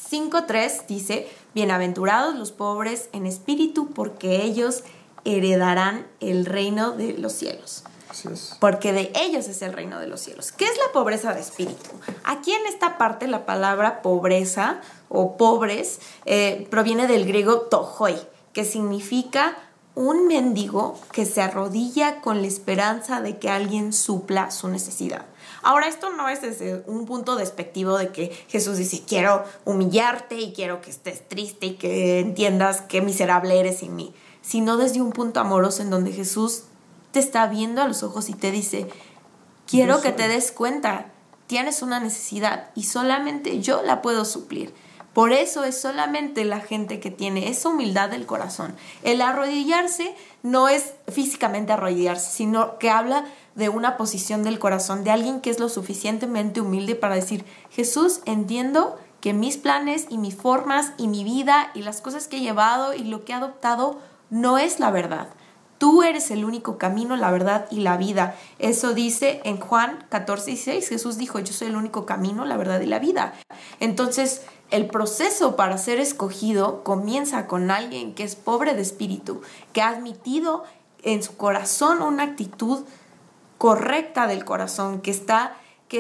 B: 5:3 dice: bienaventurados los pobres en espíritu, porque ellos heredarán el reino de los cielos. Porque de ellos es el reino de los cielos. ¿Qué es la pobreza de espíritu? Aquí en esta parte la palabra pobreza o pobres proviene del griego tohoi, que significa un mendigo que se arrodilla con la esperanza de que alguien supla su necesidad. Ahora, esto no es desde un punto despectivo de que Jesús dice: quiero humillarte y quiero que estés triste y que entiendas qué miserable eres sin mí, sino desde un punto amoroso en donde Jesús te está viendo a los ojos y te dice: quiero que te des cuenta, tienes una necesidad y solamente yo la puedo suplir. Por eso es solamente la gente que tiene esa humildad del corazón. El arrodillarse no es físicamente arrodillarse, sino que habla de una posición del corazón, de alguien que es lo suficientemente humilde para decir: Jesús, entiendo que mis planes y mis formas y mi vida y las cosas que he llevado y lo que he adoptado no es la verdad. Tú eres el único camino, la verdad y la vida. Eso dice en Juan 14:6. Jesús dijo: yo soy el único camino, la verdad y la vida. Entonces, el proceso para ser escogido comienza con alguien que es pobre de espíritu, que ha admitido en su corazón una actitud correcta del corazón, que está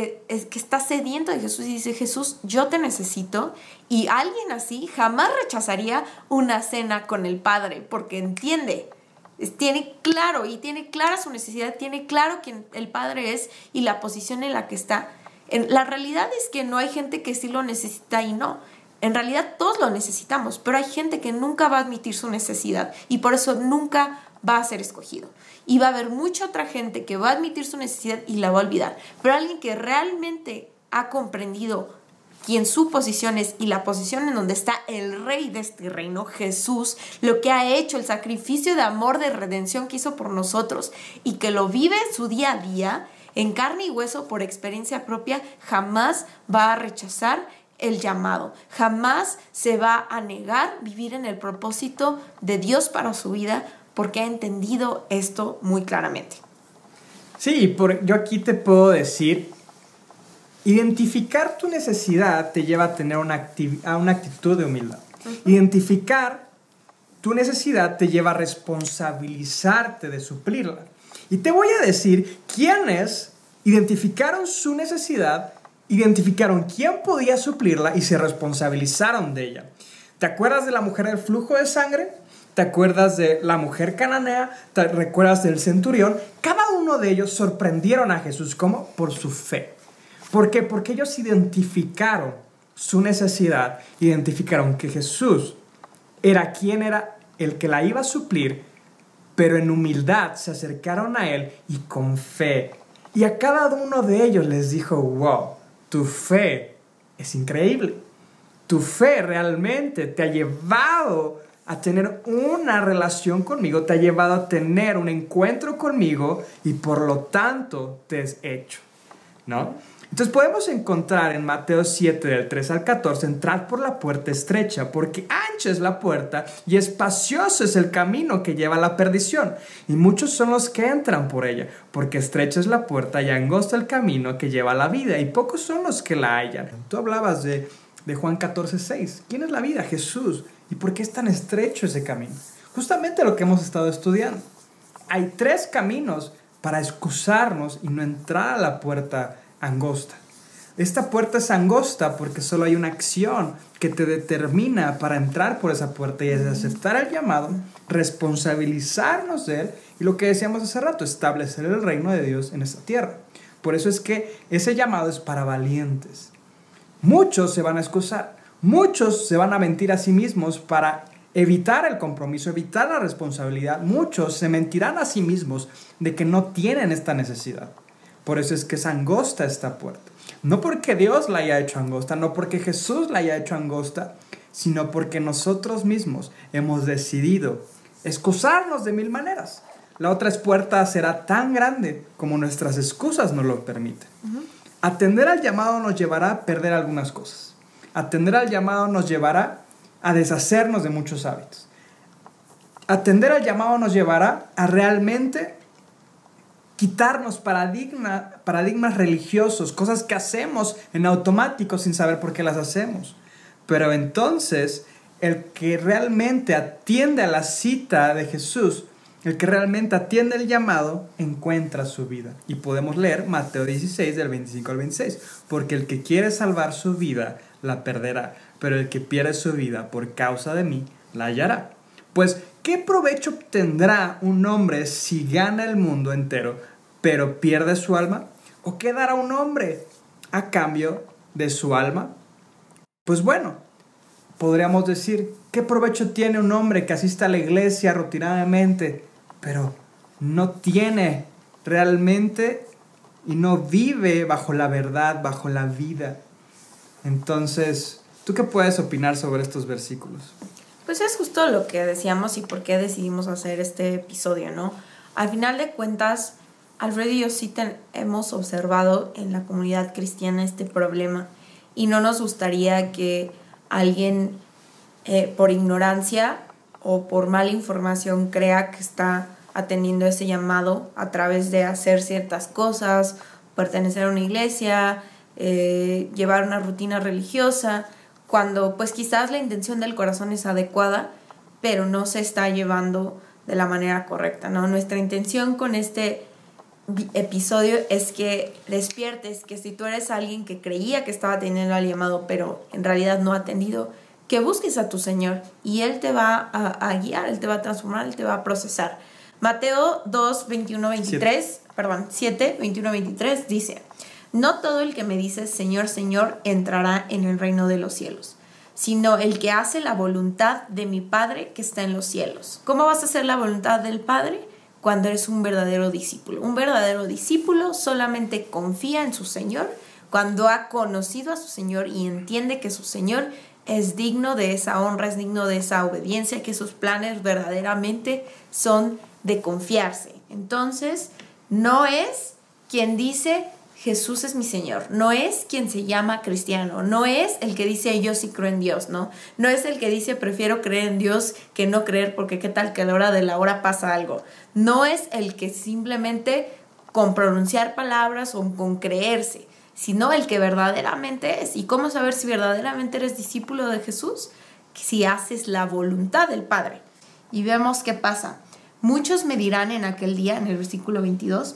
B: sediento de Jesús y dice: Jesús, yo te necesito. Y alguien así jamás rechazaría una cena con el Padre, porque entiende Tiene claro y tiene clara su necesidad, tiene claro quién el Padre es y la posición en la que está. La realidad es que no hay gente que sí lo necesita y no. En realidad todos lo necesitamos, pero hay gente que nunca va a admitir su necesidad y por eso nunca va a ser escogido. Y va a haber mucha otra gente que va a admitir su necesidad y la va a olvidar. Pero alguien que realmente ha comprendido quién su posición es y la posición en donde está el rey de este reino, Jesús, lo que ha hecho, el sacrificio de amor, de redención que hizo por nosotros y que lo vive en su día a día, en carne y hueso, por experiencia propia, jamás va a rechazar el llamado, jamás se va a negar vivir en el propósito de Dios para su vida porque ha entendido esto muy claramente.
A: Sí, yo aquí te puedo decir, identificar tu necesidad te lleva a tener una actitud de humildad. Identificar tu necesidad te lleva a responsabilizarte de suplirla. Y te voy a decir quiénes identificaron su necesidad, identificaron quién podía suplirla y se responsabilizaron de ella. ¿Te acuerdas de la mujer del flujo de sangre? ¿Te acuerdas de la mujer cananea? ¿Te recuerdas del centurión? Cada uno de ellos sorprendieron a Jesús. ¿Cómo? Por su fe. ¿Por qué? Porque ellos identificaron su necesidad, identificaron que Jesús era quien era el que la iba a suplir, pero en humildad se acercaron a Él y con fe. Y a cada uno de ellos les dijo, wow, tu fe es increíble. Tu fe realmente te ha llevado a tener una relación conmigo, te ha llevado a tener un encuentro conmigo y por lo tanto te es hecho, ¿no? Entonces podemos encontrar en Mateo 7 del 3 al 14, entrad por la puerta estrecha, porque ancha es la puerta y espacioso es el camino que lleva a la perdición, y muchos son los que entran por ella, porque estrecha es la puerta y angosto el camino que lleva a la vida, y pocos son los que la hallan. Tú hablabas de Juan 14:6. ¿Quién es la vida? Jesús. ¿Y por qué es tan estrecho ese camino? Justamente lo que hemos estado estudiando. Hay 3 caminos para excusarnos y no entrar a la puerta angosta. Esta puerta es angosta porque solo hay una acción que te determina para entrar por esa puerta, y es aceptar el llamado, responsabilizarnos de él y lo que decíamos hace rato, establecer el reino de Dios en esta tierra. Por eso es que ese llamado es para valientes. Muchos se van a excusar, muchos se van a mentir a sí mismos para evitar el compromiso, evitar la responsabilidad. Muchos se mentirán a sí mismos de que no tienen esta necesidad. Por eso es que es angosta esta puerta. No porque Dios la haya hecho angosta, no porque Jesús la haya hecho angosta, sino porque nosotros mismos hemos decidido excusarnos de 1000 maneras. La otra puerta será tan grande como nuestras excusas nos lo permiten. Atender al llamado nos llevará a perder algunas cosas. Atender al llamado nos llevará a deshacernos de muchos hábitos. Atender al llamado nos llevará a realmente quitarnos paradigmas religiosos, cosas que hacemos en automático sin saber por qué las hacemos. Pero entonces, el que realmente atiende a la cita de Jesús, el que realmente atiende el llamado, encuentra su vida. Y podemos leer Mateo 16, del 25 al 26. Porque el que quiere salvar su vida, la perderá. Pero el que pierde su vida por causa de mí, la hallará. Pues, ¿qué provecho obtendrá un hombre si gana el mundo entero, pero pierde su alma? ¿O qué dará un hombre a cambio de su alma? Pues bueno, podríamos decir, ¿qué provecho tiene un hombre que asiste a la iglesia rutinariamente, pero no tiene realmente y no vive bajo la verdad, bajo la vida? Entonces, ¿tú qué puedes opinar sobre estos versículos?
B: Pues es justo lo que decíamos y por qué decidimos hacer este episodio, ¿no? Al final de cuentas, Alfredo y yo sí hemos observado en la comunidad cristiana este problema y no nos gustaría que alguien por ignorancia o por mala información crea que está atendiendo ese llamado a través de hacer ciertas cosas, pertenecer a una iglesia, llevar una rutina religiosa, cuando pues quizás la intención del corazón es adecuada, pero no se está llevando de la manera correcta, ¿no? Nuestra intención con este episodio es que despiertes, que si tú eres alguien que creía que estaba teniendo el llamado, pero en realidad no ha atendido, que busques a tu Señor y Él te va a guiar, Él te va a transformar, Él te va a procesar. Mateo 2, 21, 23, perdón, 7, 21, 23 dice: no todo el que me dice Señor, Señor entrará en el reino de los cielos, sino el que hace la voluntad de mi Padre que está en los cielos. ¿Cómo vas a hacer la voluntad del Padre? Cuando eres un verdadero discípulo. Un verdadero discípulo solamente confía en su Señor cuando ha conocido a su Señor y entiende que su Señor es digno de esa honra, es digno de esa obediencia, que sus planes verdaderamente son de confiarse. Entonces, no es quien dice Jesús es mi Señor, no es quien se llama cristiano, no es el que dice yo sí creo en Dios, no es el que dice prefiero creer en Dios que no creer porque qué tal que a la hora de la hora pasa algo, no es el que simplemente con pronunciar palabras o con creerse, sino el que verdaderamente es. ¿Y cómo saber si verdaderamente eres discípulo de Jesús? Si haces la voluntad del Padre. Y vemos qué pasa. Muchos me dirán en aquel día, en el versículo 22,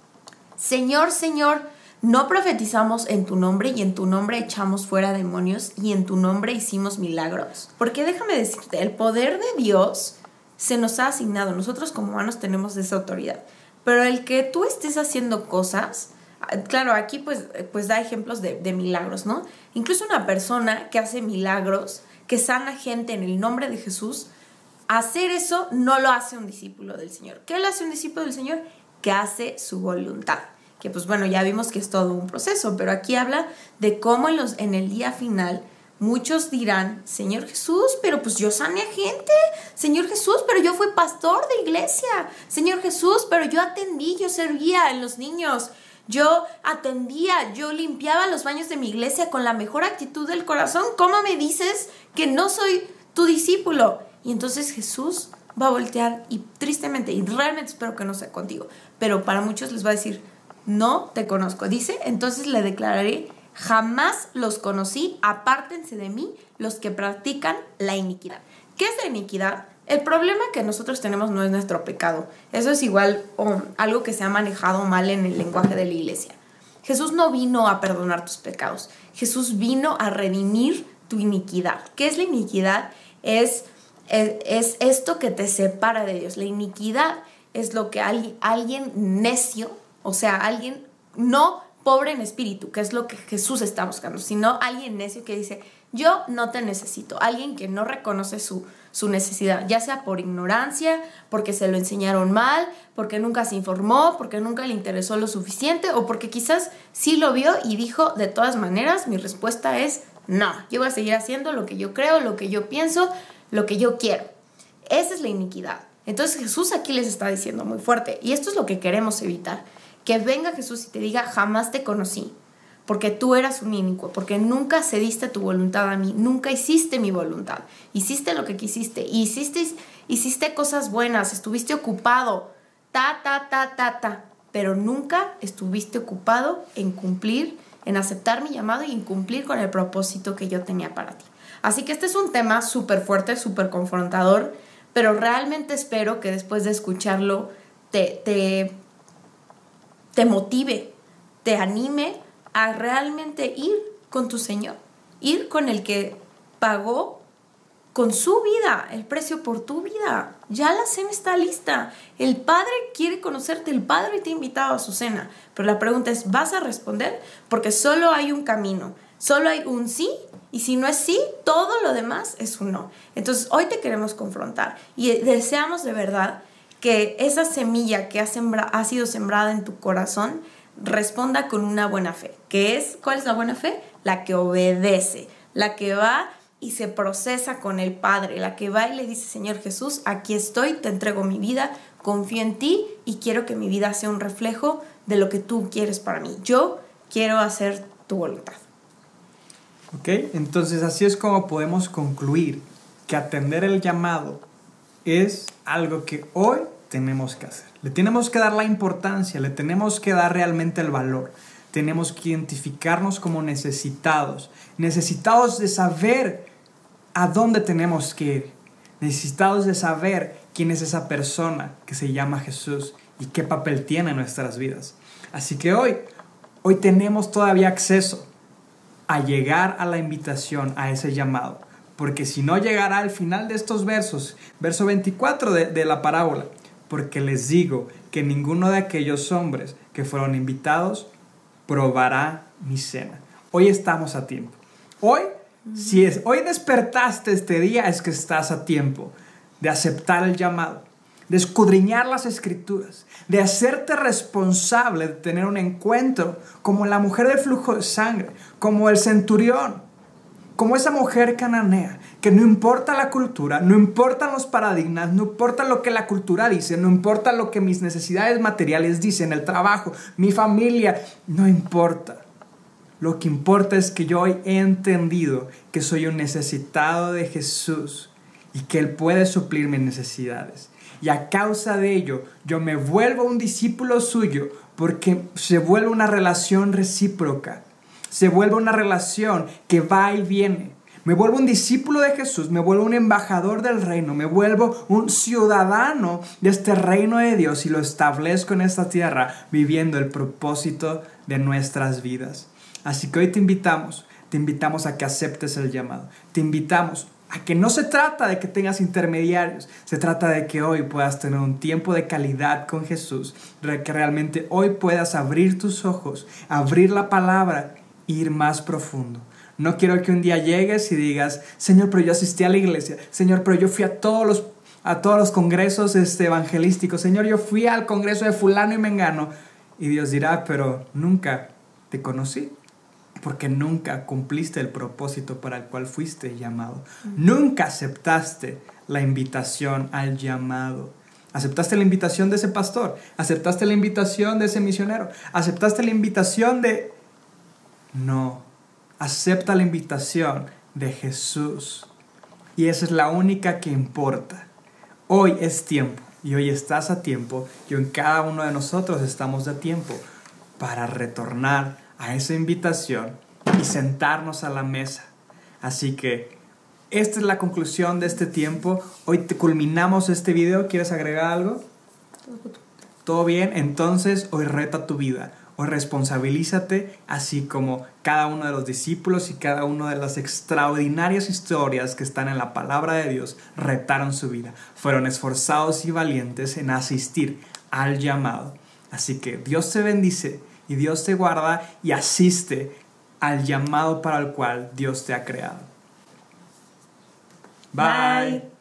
B: Señor, Señor, ¿no profetizamos en tu nombre y en tu nombre echamos fuera demonios y en tu nombre hicimos milagros? Porque déjame decirte, el poder de Dios se nos ha asignado. Nosotros como humanos tenemos esa autoridad. Pero el que tú estés haciendo cosas, claro, aquí pues da ejemplos de milagros, ¿no? Incluso una persona que hace milagros, que sana gente en el nombre de Jesús, hacer eso no lo hace un discípulo del Señor. ¿Qué lo hace un discípulo del Señor? Que hace su voluntad. Que pues bueno, ya vimos que es todo un proceso, pero aquí habla de cómo en el día final muchos dirán, Señor Jesús, pero pues yo sané a gente. Señor Jesús, pero yo fui pastor de iglesia. Señor Jesús, pero yo atendí, yo servía en los niños. Yo atendía, yo limpiaba los baños de mi iglesia con la mejor actitud del corazón. ¿Cómo me dices que no soy tu discípulo? Y entonces Jesús va a voltear y tristemente, y realmente espero que no sea contigo, pero para muchos les va a decir, no te conozco. Dice, entonces le declararé, jamás los conocí, apártense de mí los que practican la iniquidad. ¿Qué es la iniquidad? El problema que nosotros tenemos no es nuestro pecado. Eso es igual algo que se ha manejado mal en el lenguaje de la iglesia. Jesús no vino a perdonar tus pecados. Jesús vino a redimir tu iniquidad. ¿Qué es la iniquidad? Es esto que te separa de Dios. La iniquidad es lo que alguien necio, o sea, alguien no pobre en espíritu, que es lo que Jesús está buscando, sino alguien necio que dice, yo no te necesito. Alguien que no reconoce su necesidad, ya sea por ignorancia, porque se lo enseñaron mal, porque nunca se informó, porque nunca le interesó lo suficiente, o porque quizás sí lo vio y dijo, de todas maneras, mi respuesta es no, yo voy a seguir haciendo lo que yo creo, lo que yo pienso, lo que yo quiero. Esa es la iniquidad. Entonces Jesús aquí les está diciendo muy fuerte, y esto es lo que queremos evitar, que venga Jesús y te diga, jamás te conocí, porque tú eras un inicuo, porque nunca cediste tu voluntad a mí, nunca hiciste mi voluntad, hiciste lo que quisiste, hiciste cosas buenas, estuviste ocupado, pero nunca estuviste ocupado en cumplir, en aceptar mi llamado y en cumplir con el propósito que yo tenía para ti. Así que este es un tema súper fuerte, súper confrontador, pero realmente espero que después de escucharlo te motive, te anime a realmente ir con tu Señor, ir con el que pagó con su vida el precio por tu vida. Ya la cena está lista. El Padre quiere conocerte, el Padre te ha invitado a su cena, pero la pregunta es, ¿vas a responder? Porque solo hay un camino, solo hay un sí, y si no es sí, todo lo demás es un no. Entonces hoy te queremos confrontar y deseamos de verdad que esa semilla que ha sido sembrada en tu corazón responda con una buena fe. ¿Cuál es la buena fe? La que obedece, la que va y se procesa con el Padre, la que va y le dice, Señor Jesús, aquí estoy, te entrego mi vida, confío en ti y quiero que mi vida sea un reflejo de lo que tú quieres para mí. Yo quiero hacer tu voluntad.
A: Ok, entonces así es como podemos concluir que atender el llamado es algo que hoy tenemos que hacer. Le tenemos que dar la importancia, le tenemos que dar realmente el valor. Tenemos que identificarnos como necesitados de saber a dónde tenemos que ir, necesitados de saber quién es esa persona que se llama Jesús y qué papel tiene en nuestras vidas. Así que hoy tenemos todavía acceso a llegar a la invitación, a ese llamado, porque si no llegará al final de estos versos, verso 24 de la parábola, porque les digo que ninguno de aquellos hombres que fueron invitados probará mi cena. Hoy estamos a tiempo. Hoy despertaste este día, es que estás a tiempo de aceptar el llamado, de escudriñar las escrituras, de hacerte responsable de tener un encuentro como la mujer del flujo de sangre, como el centurión, como esa mujer cananea, que no importa la cultura, no importan los paradigmas, no importa lo que la cultura dice, no importa lo que mis necesidades materiales dicen, el trabajo, mi familia, no importa. Lo que importa es que yo hoy he entendido que soy un necesitado de Jesús y que Él puede suplir mis necesidades. Y a causa de ello, yo me vuelvo un discípulo suyo porque se vuelve una relación recíproca. Se vuelve una relación que va y viene. Me vuelvo un discípulo de Jesús, me vuelvo un embajador del reino, me vuelvo un ciudadano de este reino de Dios y lo establezco en esta tierra viviendo el propósito de nuestras vidas. Así que hoy te invitamos a que aceptes el llamado. Te invitamos a que no se trata de que tengas intermediarios, se trata de que hoy puedas tener un tiempo de calidad con Jesús, que realmente hoy puedas abrir tus ojos, abrir la palabra e ir más profundo. No quiero que un día llegues y digas, Señor, pero yo asistí a la iglesia, Señor, pero yo fui a todos los congresos evangelísticos, Señor, yo fui al congreso de fulano y mengano, y Dios dirá, pero nunca te conocí. Porque nunca cumpliste el propósito para el cual fuiste llamado. Nunca aceptaste la invitación al llamado. ¿Aceptaste la invitación de ese pastor? ¿Aceptaste la invitación de ese misionero? ¿Aceptaste la invitación de...? No. Acepta la invitación de Jesús. Y esa es la única que importa. Hoy es tiempo. Y hoy estás a tiempo. Y en cada uno de nosotros estamos a tiempo para retornar a esa invitación y sentarnos a la mesa. Así que esta es la conclusión de este tiempo. Hoy culminamos este video. ¿Quieres agregar algo? ¿Todo bien? Entonces hoy reta tu vida. Hoy responsabilízate, así como cada uno de los discípulos y cada una de las extraordinarias historias que están en la palabra de Dios retaron su vida. Fueron esforzados y valientes en asistir al llamado. Así que Dios te bendice y Dios te guarda y asiste al llamado para el cual Dios te ha creado. Bye.